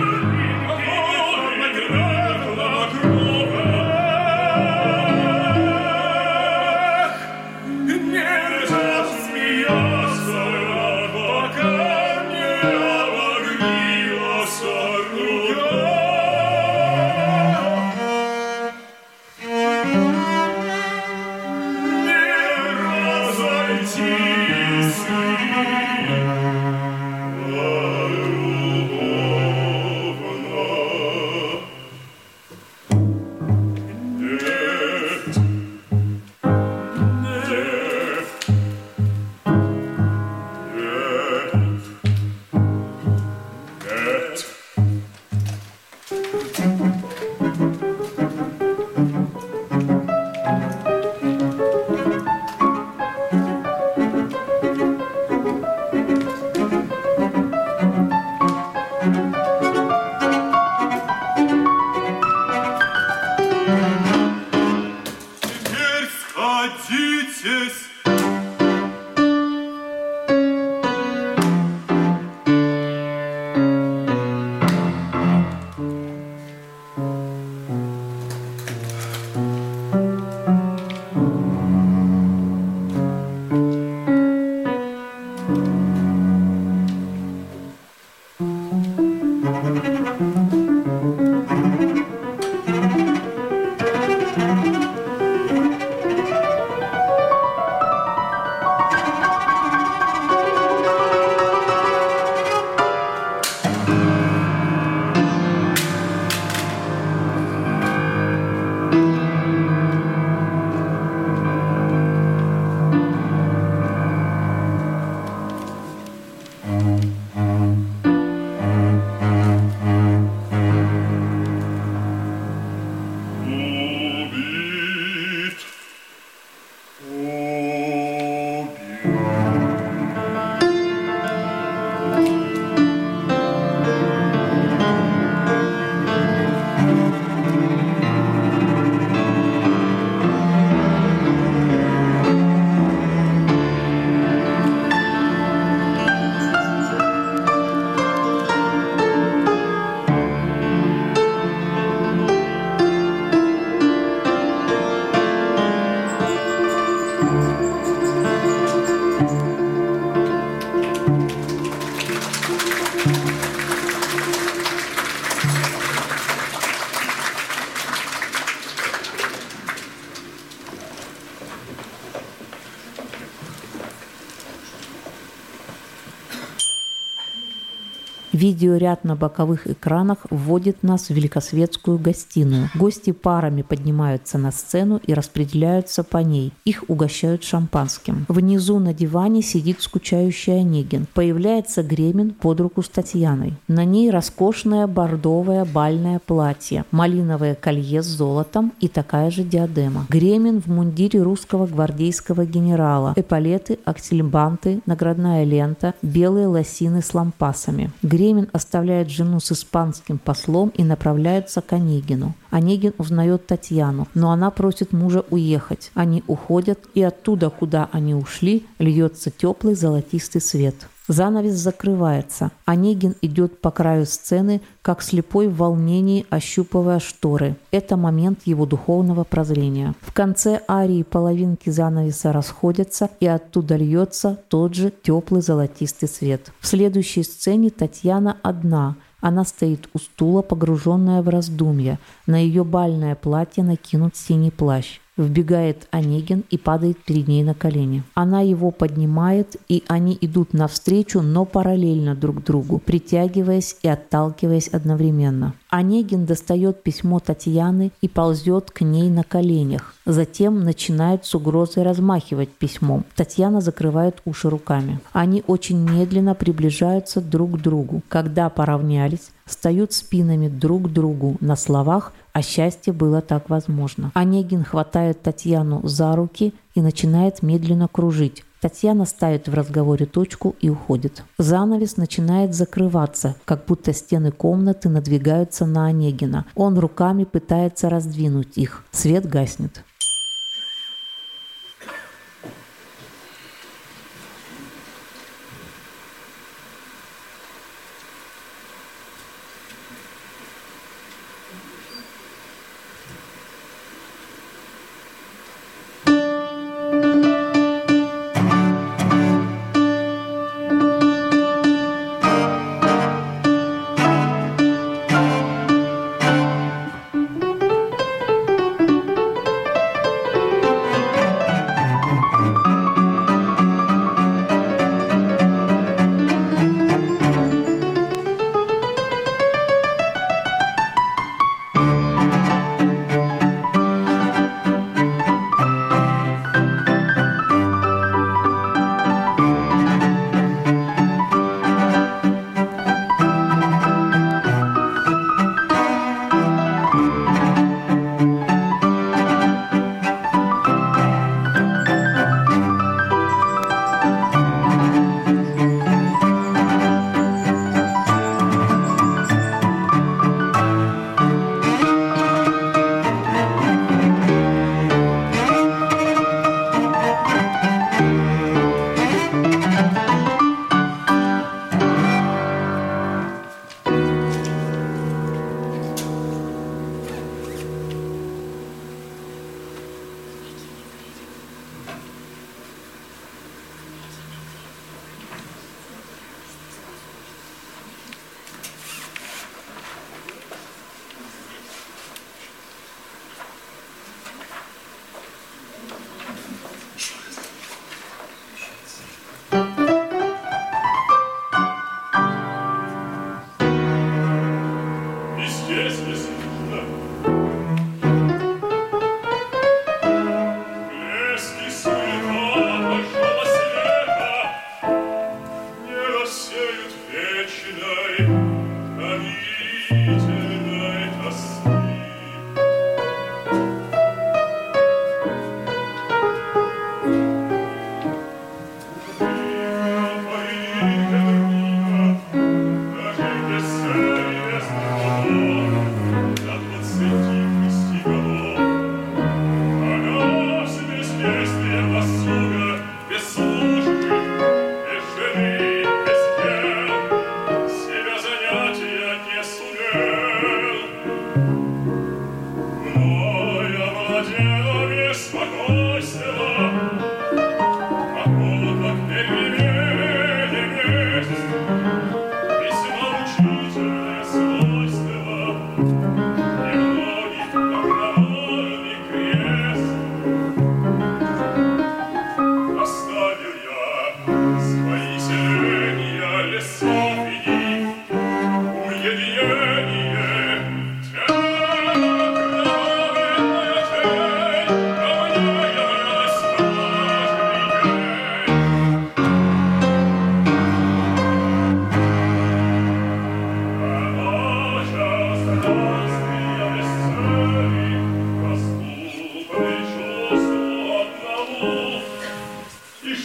Видеоряд на боковых экранах вводит нас в великосветскую гостиную. Гости парами поднимаются на сцену и распределяются по ней. Их угощают шампанским. Внизу на диване сидит скучающий Онегин. Появляется Гремин под руку с Татьяной. На ней роскошное бордовое бальное платье, малиновое колье с золотом и такая же диадема. Гремин в мундире русского гвардейского генерала. Эполеты, аксельбанты, наградная лента, белые лосины с лампасами. Гремин оставляет жену с испанским послом и направляется к Онегину. Онегин узнает Татьяну, но она просит мужа уехать. Они уходят, и оттуда, куда они ушли, льется теплый золотистый свет. Занавес закрывается. Онегин идет по краю сцены, как слепой в волнении, ощупывая шторы. Это момент его духовного прозрения. В конце арии половинки занавеса расходятся, и оттуда льется тот же теплый золотистый свет. В следующей сцене Татьяна одна. Она стоит у стула, погруженная в раздумья. На ее бальное платье накинут синий плащ. Вбегает Онегин и падает перед ней на колени. Она его поднимает, и они идут навстречу, но параллельно друг другу, притягиваясь и отталкиваясь одновременно. Онегин достает письмо Татьяны и ползет к ней на коленях. Затем начинает с угрозой размахивать письмом. Татьяна закрывает уши руками. Они очень медленно приближаются друг к другу. Когда поравнялись, встают спинами друг к другу на словах, а счастье было так возможно. Онегин хватает Татьяну за руки и начинает медленно кружить. Татьяна ставит в разговоре точку и уходит. Занавес начинает закрываться, как будто стены комнаты надвигаются на Онегина. Он руками пытается раздвинуть их. Свет гаснет.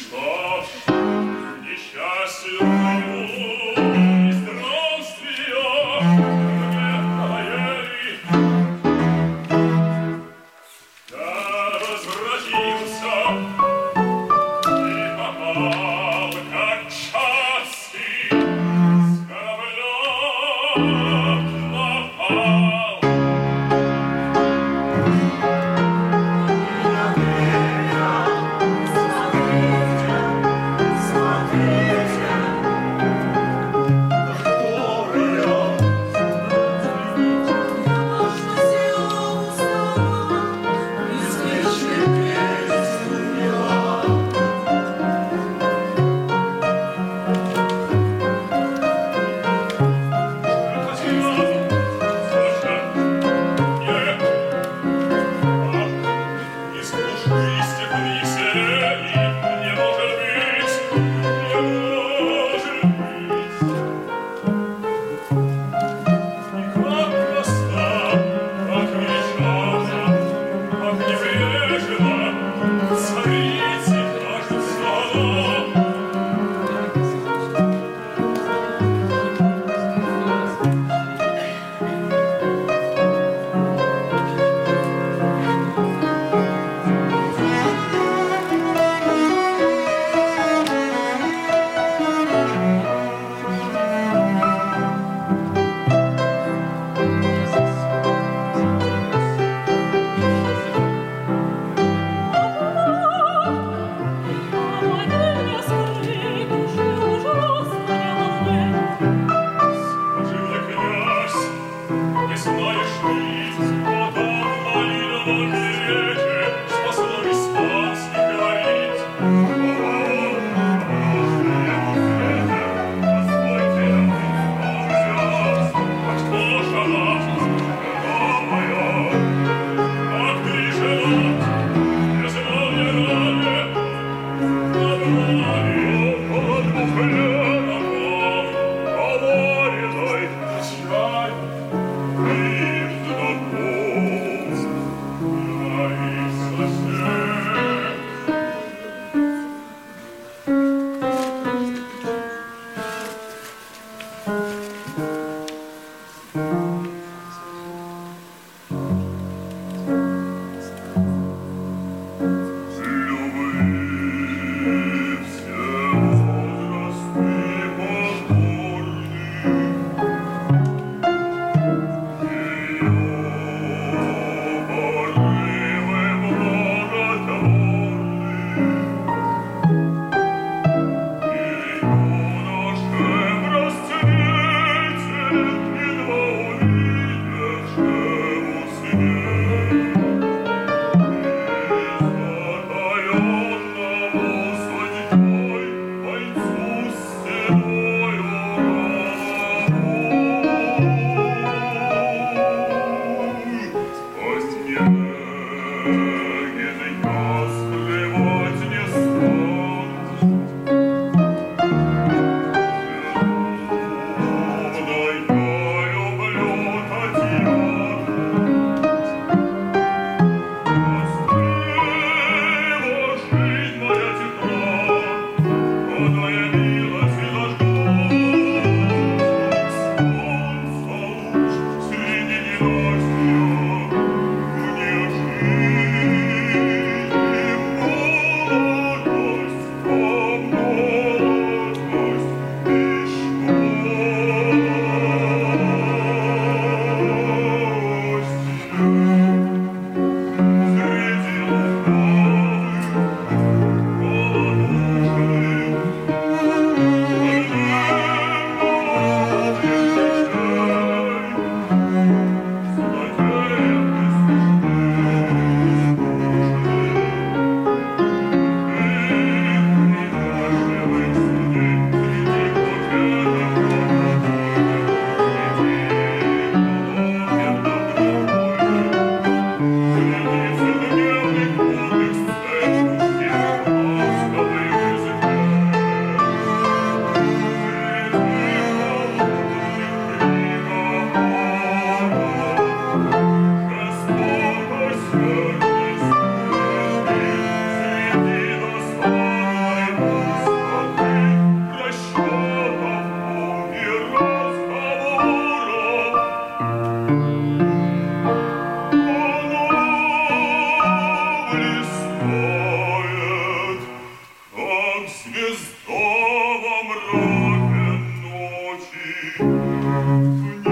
С звездного мраке ночи, в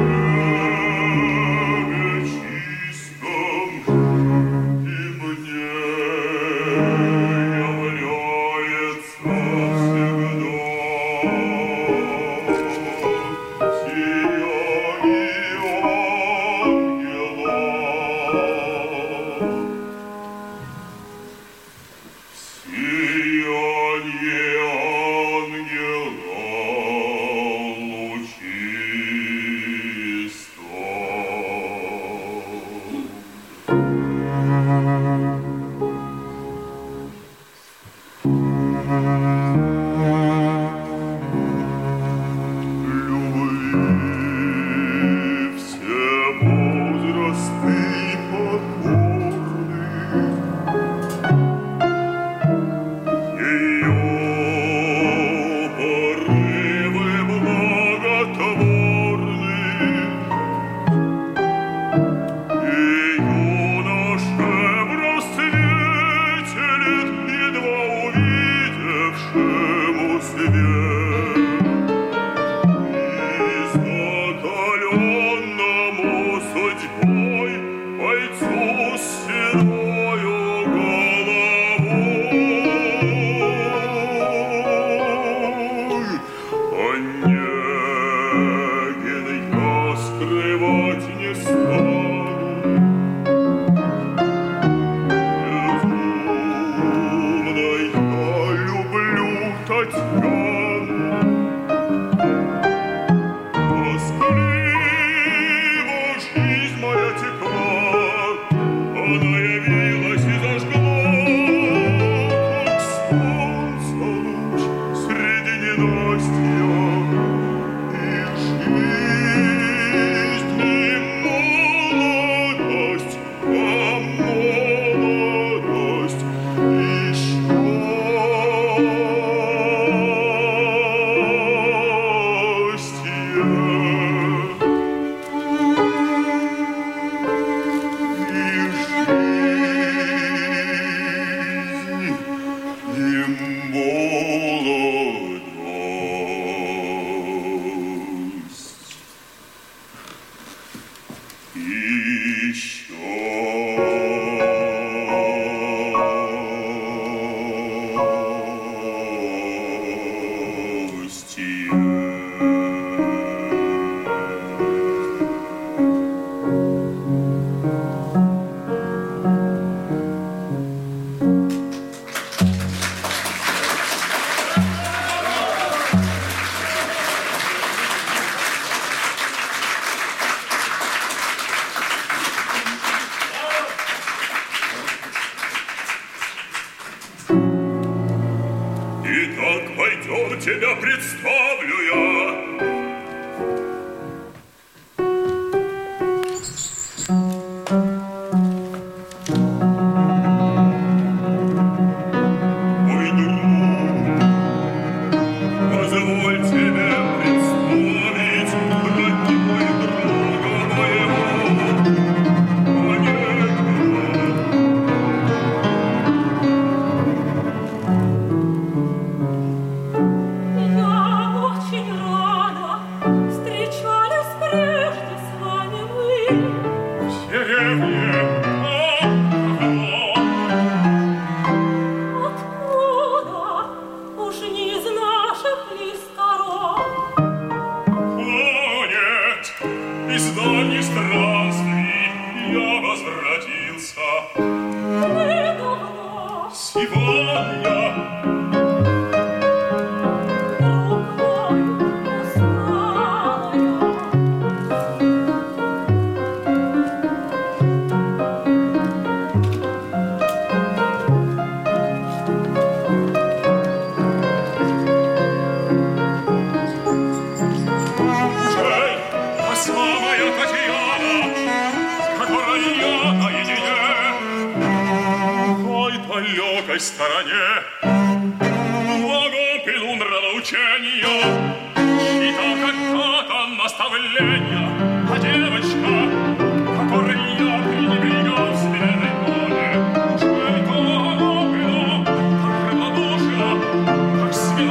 небе чистом и мне является всегда сияние ангела. Сияние ангела лучисто. Любви все возрасты покорны, ее порывы благотворны, и юноше в расцвете лет, едва увидевшему свет, и закаленному судьбой бойцу с седою головой. Онегин я скрывать не стану, безумной я люблю Татьяну. Тоскливо жизнь моя текла, она явилась и зажгла, как солнце луч среди ненастья. И жизнь, и молодость, а молодость и Итак, пойдем, тебя представлю я. Мой друг, позволь тебе представить родного друга моего, Онегина. Я очень рада, встречались прежде с вами мы. В деревне, Откуда? Уж не из наших ли сторон? о нет, из дальних странствий я возвратился. Недавно, Сегодня друг мой, устала я. Эй, посла моя Татьяна, с которой я наедине, в той далекой стороне, благом пилун учения, и так когда-то наставления, а девочка, которой я пренебрегал в смиренной воле, чей то она была так равнодушна, как свет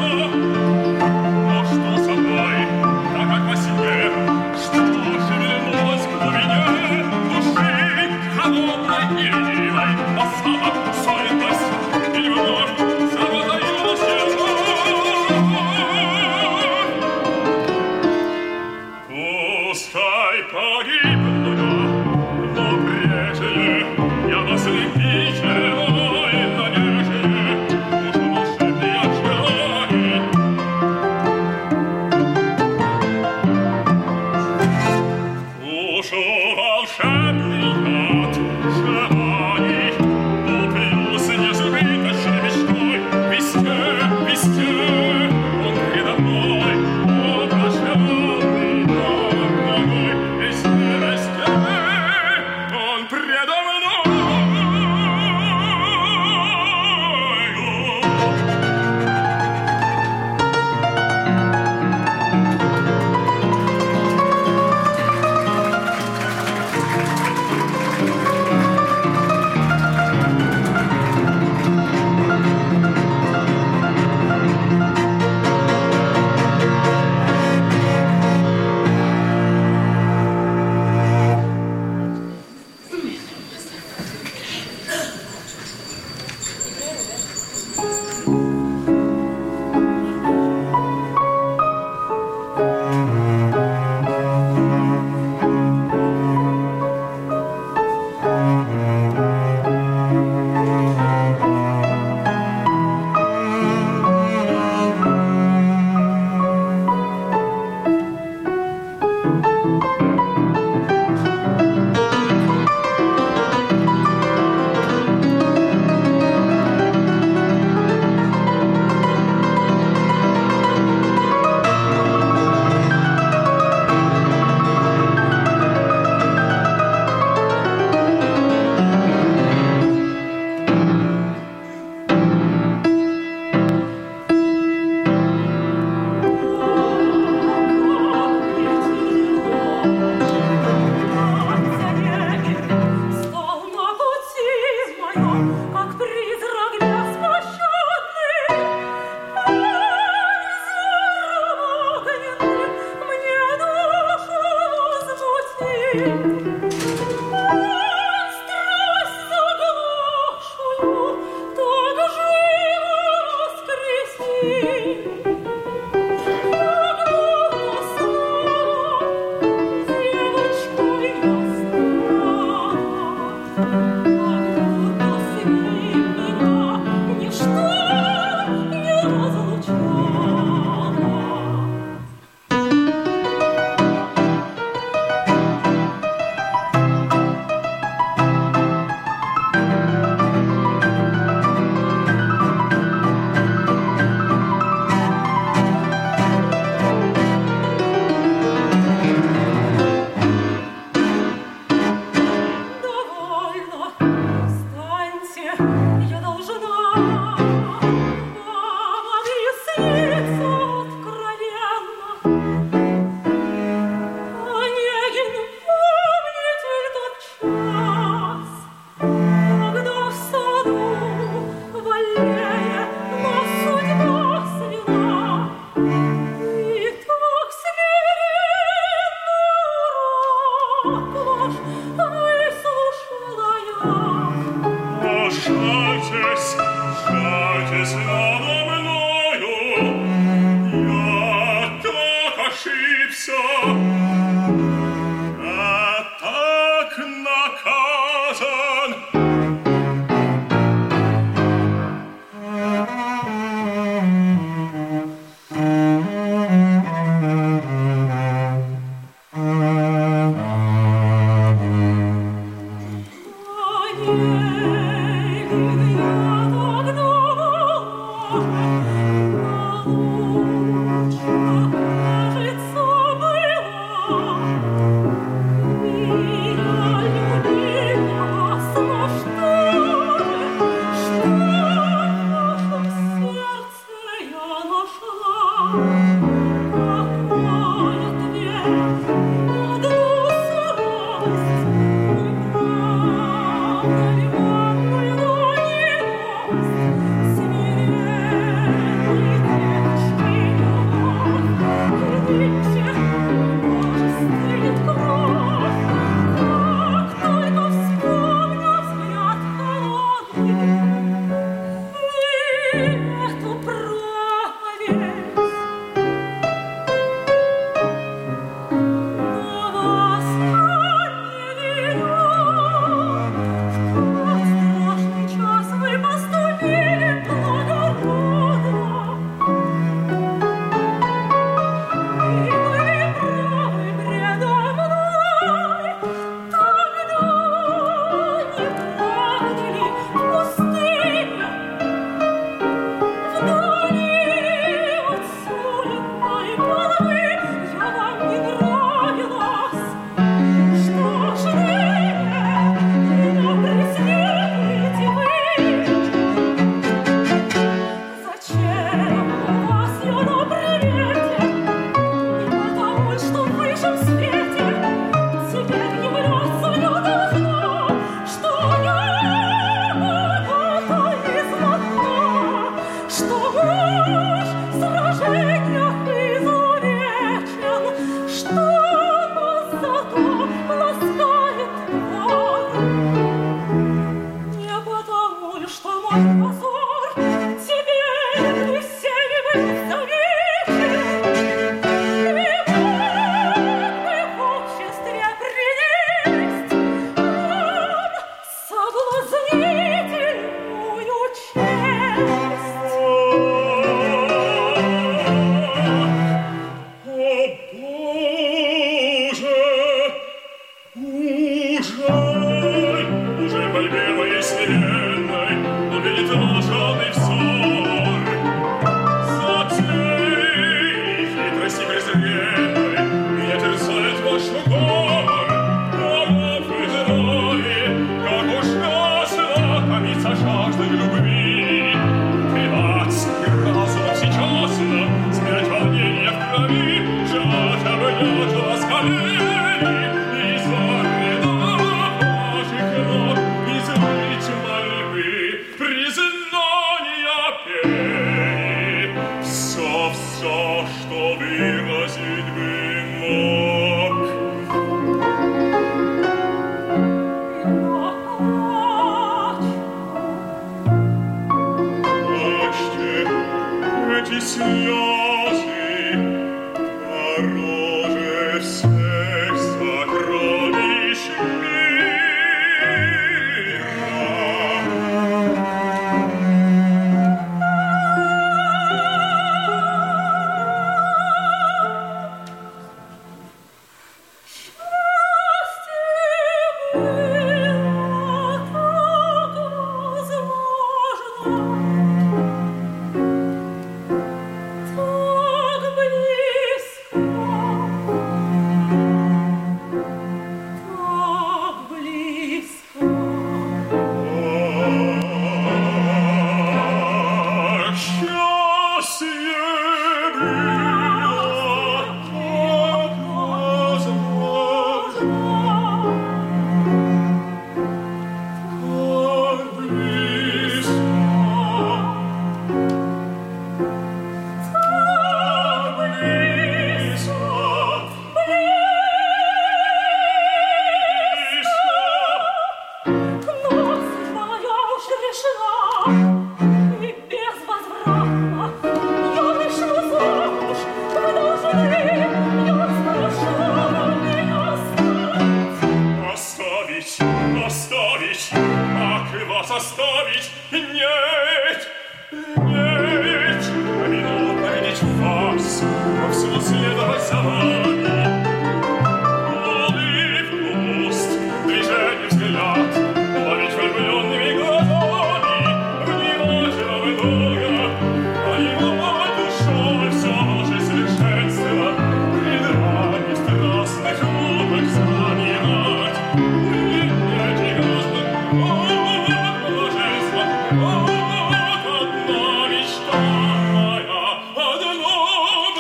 Одна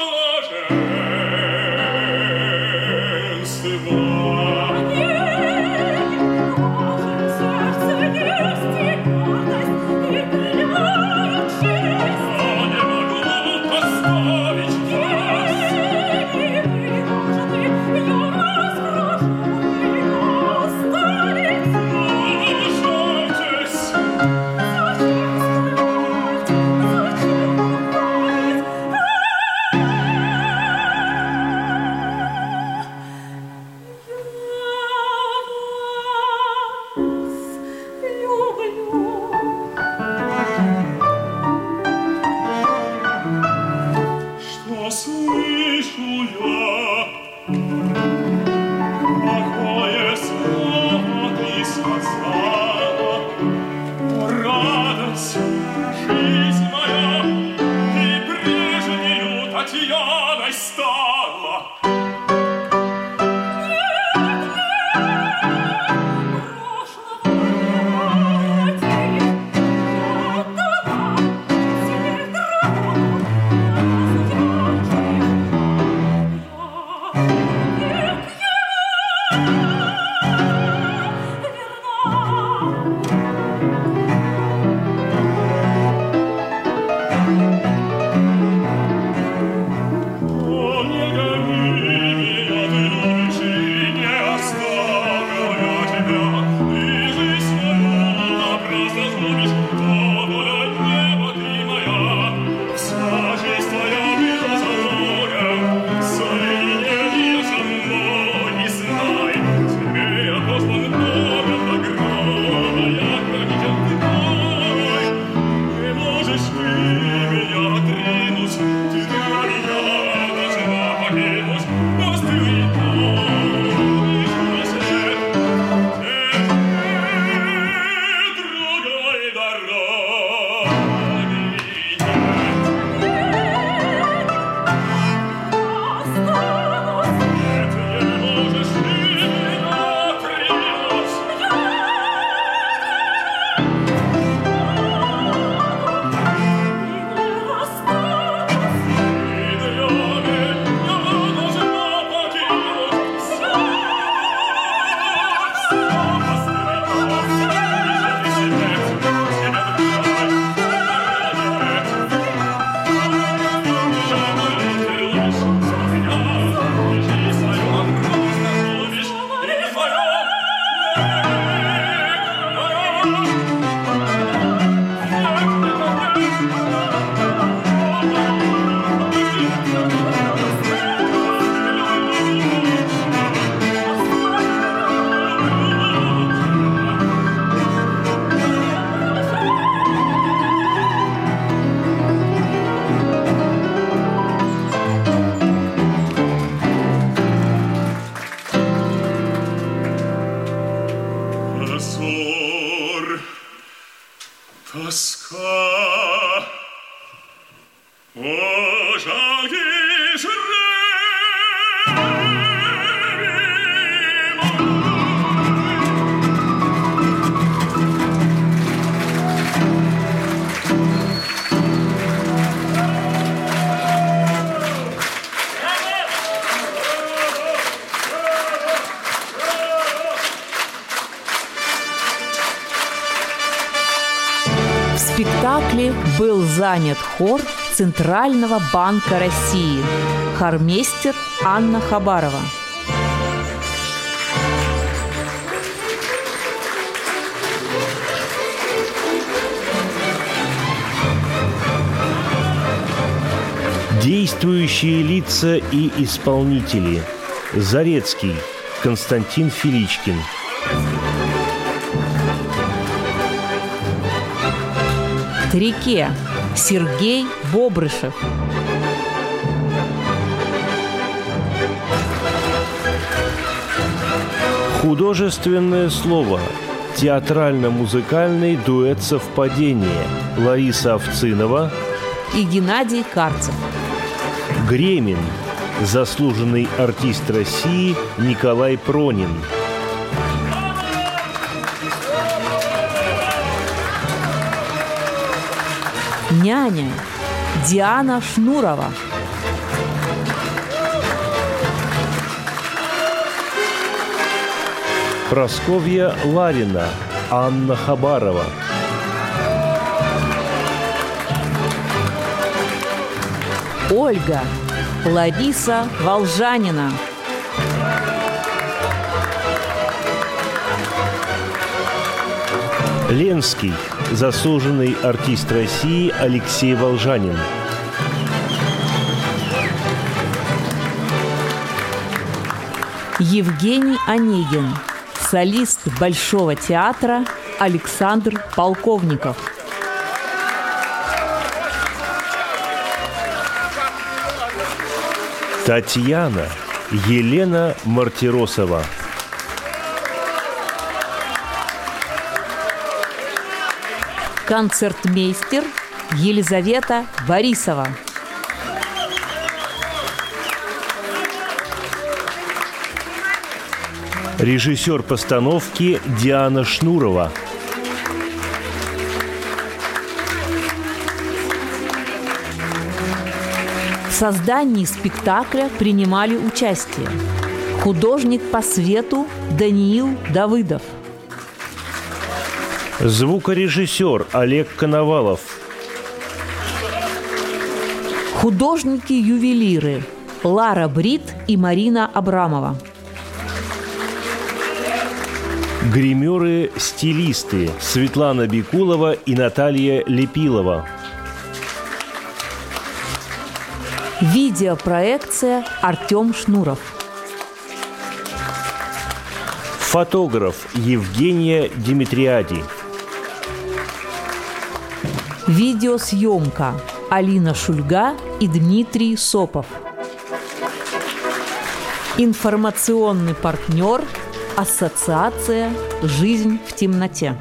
Татьяной стала. В спектакле был занят хор Центрального банка России, хормейстер Анна Хабарова. Действующие лица и исполнители. Зарецкий Константин Филичкин. Трике Сергей Бобрышев. Художественное слово. Театрально-музыкальный дуэт «Совпадение». Лариса Овцинова И Геннадий Карцев. Гремин. Заслуженный артист России Николай Пронин. Няня Диана Шнурова. Просковья Ларина Анна Хабарова. Ольга Лариса Волжанина. Ленский. Заслуженный артист России Алексей Волжанин. Евгений Онегин. Солист Большого театра Александр Полковников. Татьяна Елена Мартиросова. Концертмейстер Елизавета Борисова. Режиссер постановки Диана Шнурова. В создании спектакля принимали участие художник по свету Даниил Давыдов, звукорежиссер Олег Коновалов, художники-ювелиры Лара Брит и Марина Абрамова, гримеры-стилисты Светлана Бикулова и Наталья Лепилова, видеопроекция Артем Шнуров, фотограф Евгения Димитриади, видеосъемка Алина Шульга и Дмитрий Сопов, информационный партнер Ассоциация «Жизнь в темноте».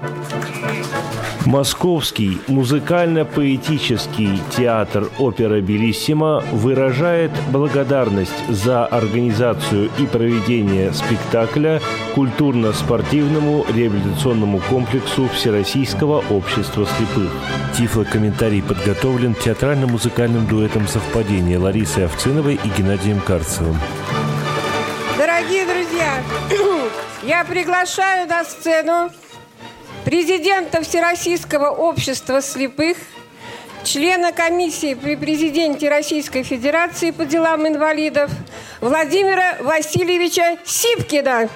Московский музыкально-поэтический театр «Опера Белиссимо» выражает благодарность за организацию и проведение спектакля культурно-спортивному реабилитационному комплексу Всероссийского общества слепых. Тифлокомментарий подготовлен театрально-музыкальным дуэтом «Совпадение» Ларисой Овциновой и Геннадием Карцевым. Дорогие друзья, я приглашаю на сцену президента Всероссийского общества слепых, члена комиссии при президенте Российской Федерации по делам инвалидов Владимира Васильевича Сипкина.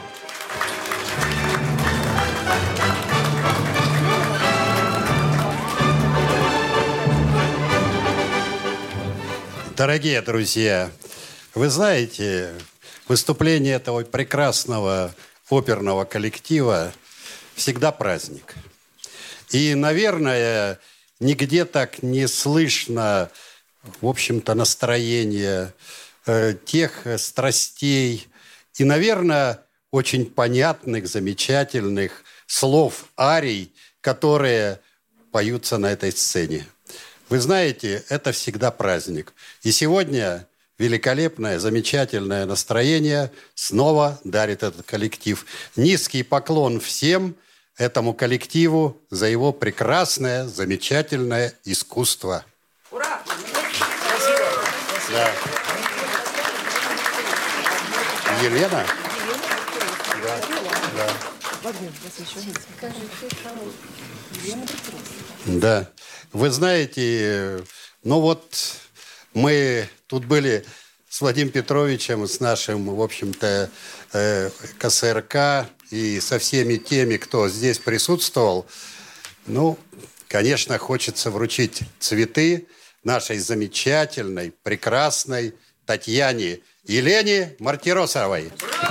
Дорогие друзья, вы знаете, выступление этого прекрасного оперного коллектива всегда праздник. И, наверное, нигде так не слышно, в общем-то, настроения, э, тех страстей и, наверное, очень понятных, замечательных слов, арий, которые поются на этой сцене. Вы знаете, это всегда праздник. И сегодня великолепное, замечательное настроение снова дарит этот коллектив. Низкий поклон всем этому коллективу за его прекрасное, замечательное искусство. Ура! Спасибо. Да. Елена? Да. Да. Да. Вы знаете, ну вот мы тут были с Владимиром Петровичем, с нашим, в общем-то, э, ка эс эр ка и со всеми теми, кто здесь присутствовал. Ну, конечно, хочется вручить цветы нашей замечательной, прекрасной Татьяне Елене Мартиросовой.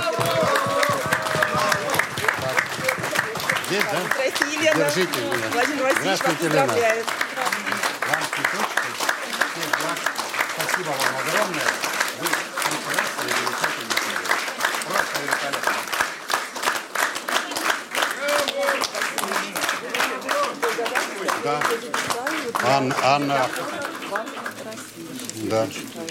Здесь, да? Здравствуйте, Елена. Держите меня. Владимир Васильевич вас поздравляет. Вам цветочки. Спасибо вам огромное. Вы прекрасные, замечательные. Просто великолепно. Да. Анна. Анна. Да.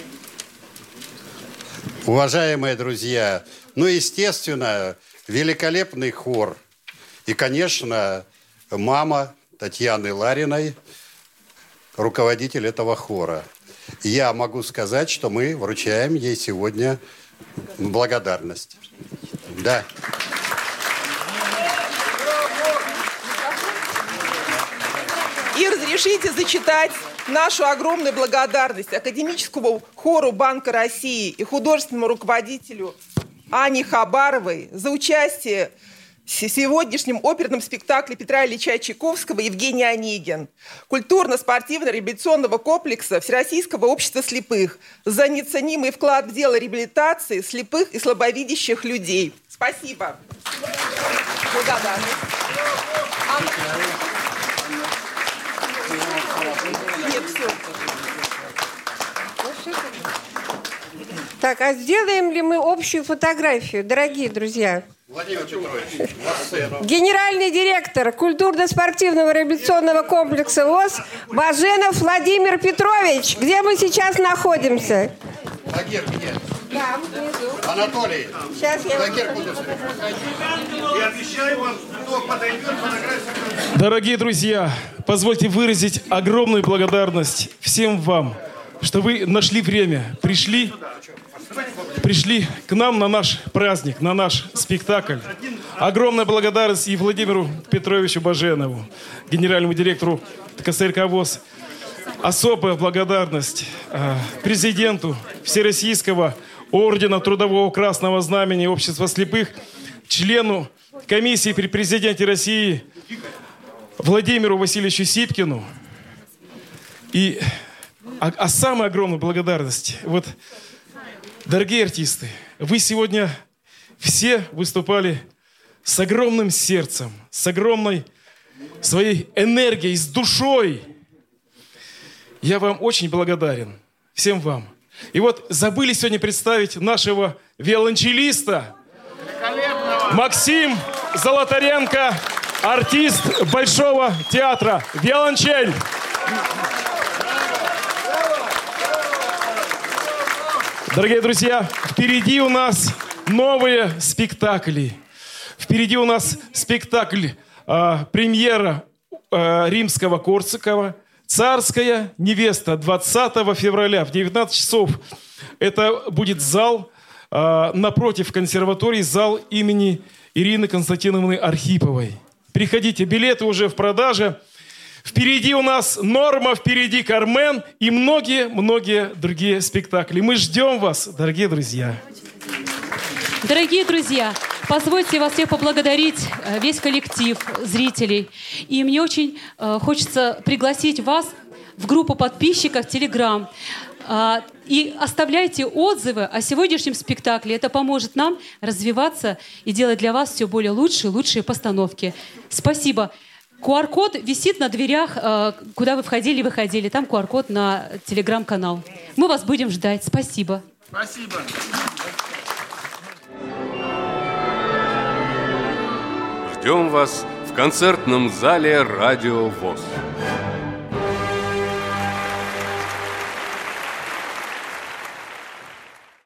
Уважаемые друзья, ну, естественно, великолепный хор. И, конечно, мама Татьяны Лариной, руководитель этого хора. Я могу сказать, что мы вручаем ей сегодня благодарность. Да. И разрешите зачитать нашу огромную благодарность академическому хору Банка России и художественному руководителю Ане Хабаровой за участие в сегодняшнем оперном спектакле Петра Ильича Чайковского «Евгений Онегин» культурно-спортивно-реабилитационного комплекса Всероссийского общества слепых за неоценимый вклад в дело реабилитации слепых и слабовидящих людей. Спасибо. Благодарность. Анна... Нет, все. Так, а сделаем ли мы общую фотографию, дорогие друзья? Владимир Петрович, на сцену. Генеральный директор культурно-спортивного реабилитационного комплекса ВОС Баженов Владимир Петрович. Где мы сейчас находимся? Багир, где? Там, внизу. Анатолий, Сейчас я... Закир Кудусов. Я обещаю вам, кто подойдет, фотографию. Дорогие друзья, позвольте выразить огромную благодарность всем вам, что вы нашли время, пришли, пришли к нам на наш праздник, на наш спектакль. Огромная благодарность и Владимиру Петровичу Баженову, генеральному директору КСРК ВОС. Особая благодарность э, президенту Всероссийского ордена Трудового Красного Знамени Общества слепых, члену комиссии при президенте России Владимиру Васильевичу Сипкину. И а, а самая огромная благодарность, вот, дорогие артисты, вы сегодня все выступали с огромным сердцем, с огромной своей энергией, с душой. Я вам очень благодарен, всем вам. И вот забыли сегодня представить нашего виолончелиста Максим Золотаренко, артист Большого театра, виолончель. Дорогие друзья, впереди у нас новые спектакли. Впереди у нас спектакль, э, премьера э, Римского-Корсакова, «Царская невеста», двадцатого февраля в девятнадцать часов. Это будет зал э, напротив консерватории, зал имени Ирины Константиновны Архиповой. Приходите, билеты уже в продаже. Впереди у нас «Норма», впереди «Кармен» и многие-многие другие спектакли. Мы ждем вас, дорогие друзья. Дорогие друзья, позвольте вас всех поблагодарить, весь коллектив зрителей. И мне очень э, хочется пригласить вас в группу подписчиков Telegram. Э, и оставляйте отзывы о сегодняшнем спектакле. Это поможет нам развиваться и делать для вас все более лучшие, лучшие постановки. Спасибо. ку ар код висит на дверях, э, куда вы входили и выходили. Там ку ар код на Telegram-канал. Мы вас будем ждать. Спасибо. Спасибо. Ждем вас в концертном зале «Радио ВОС».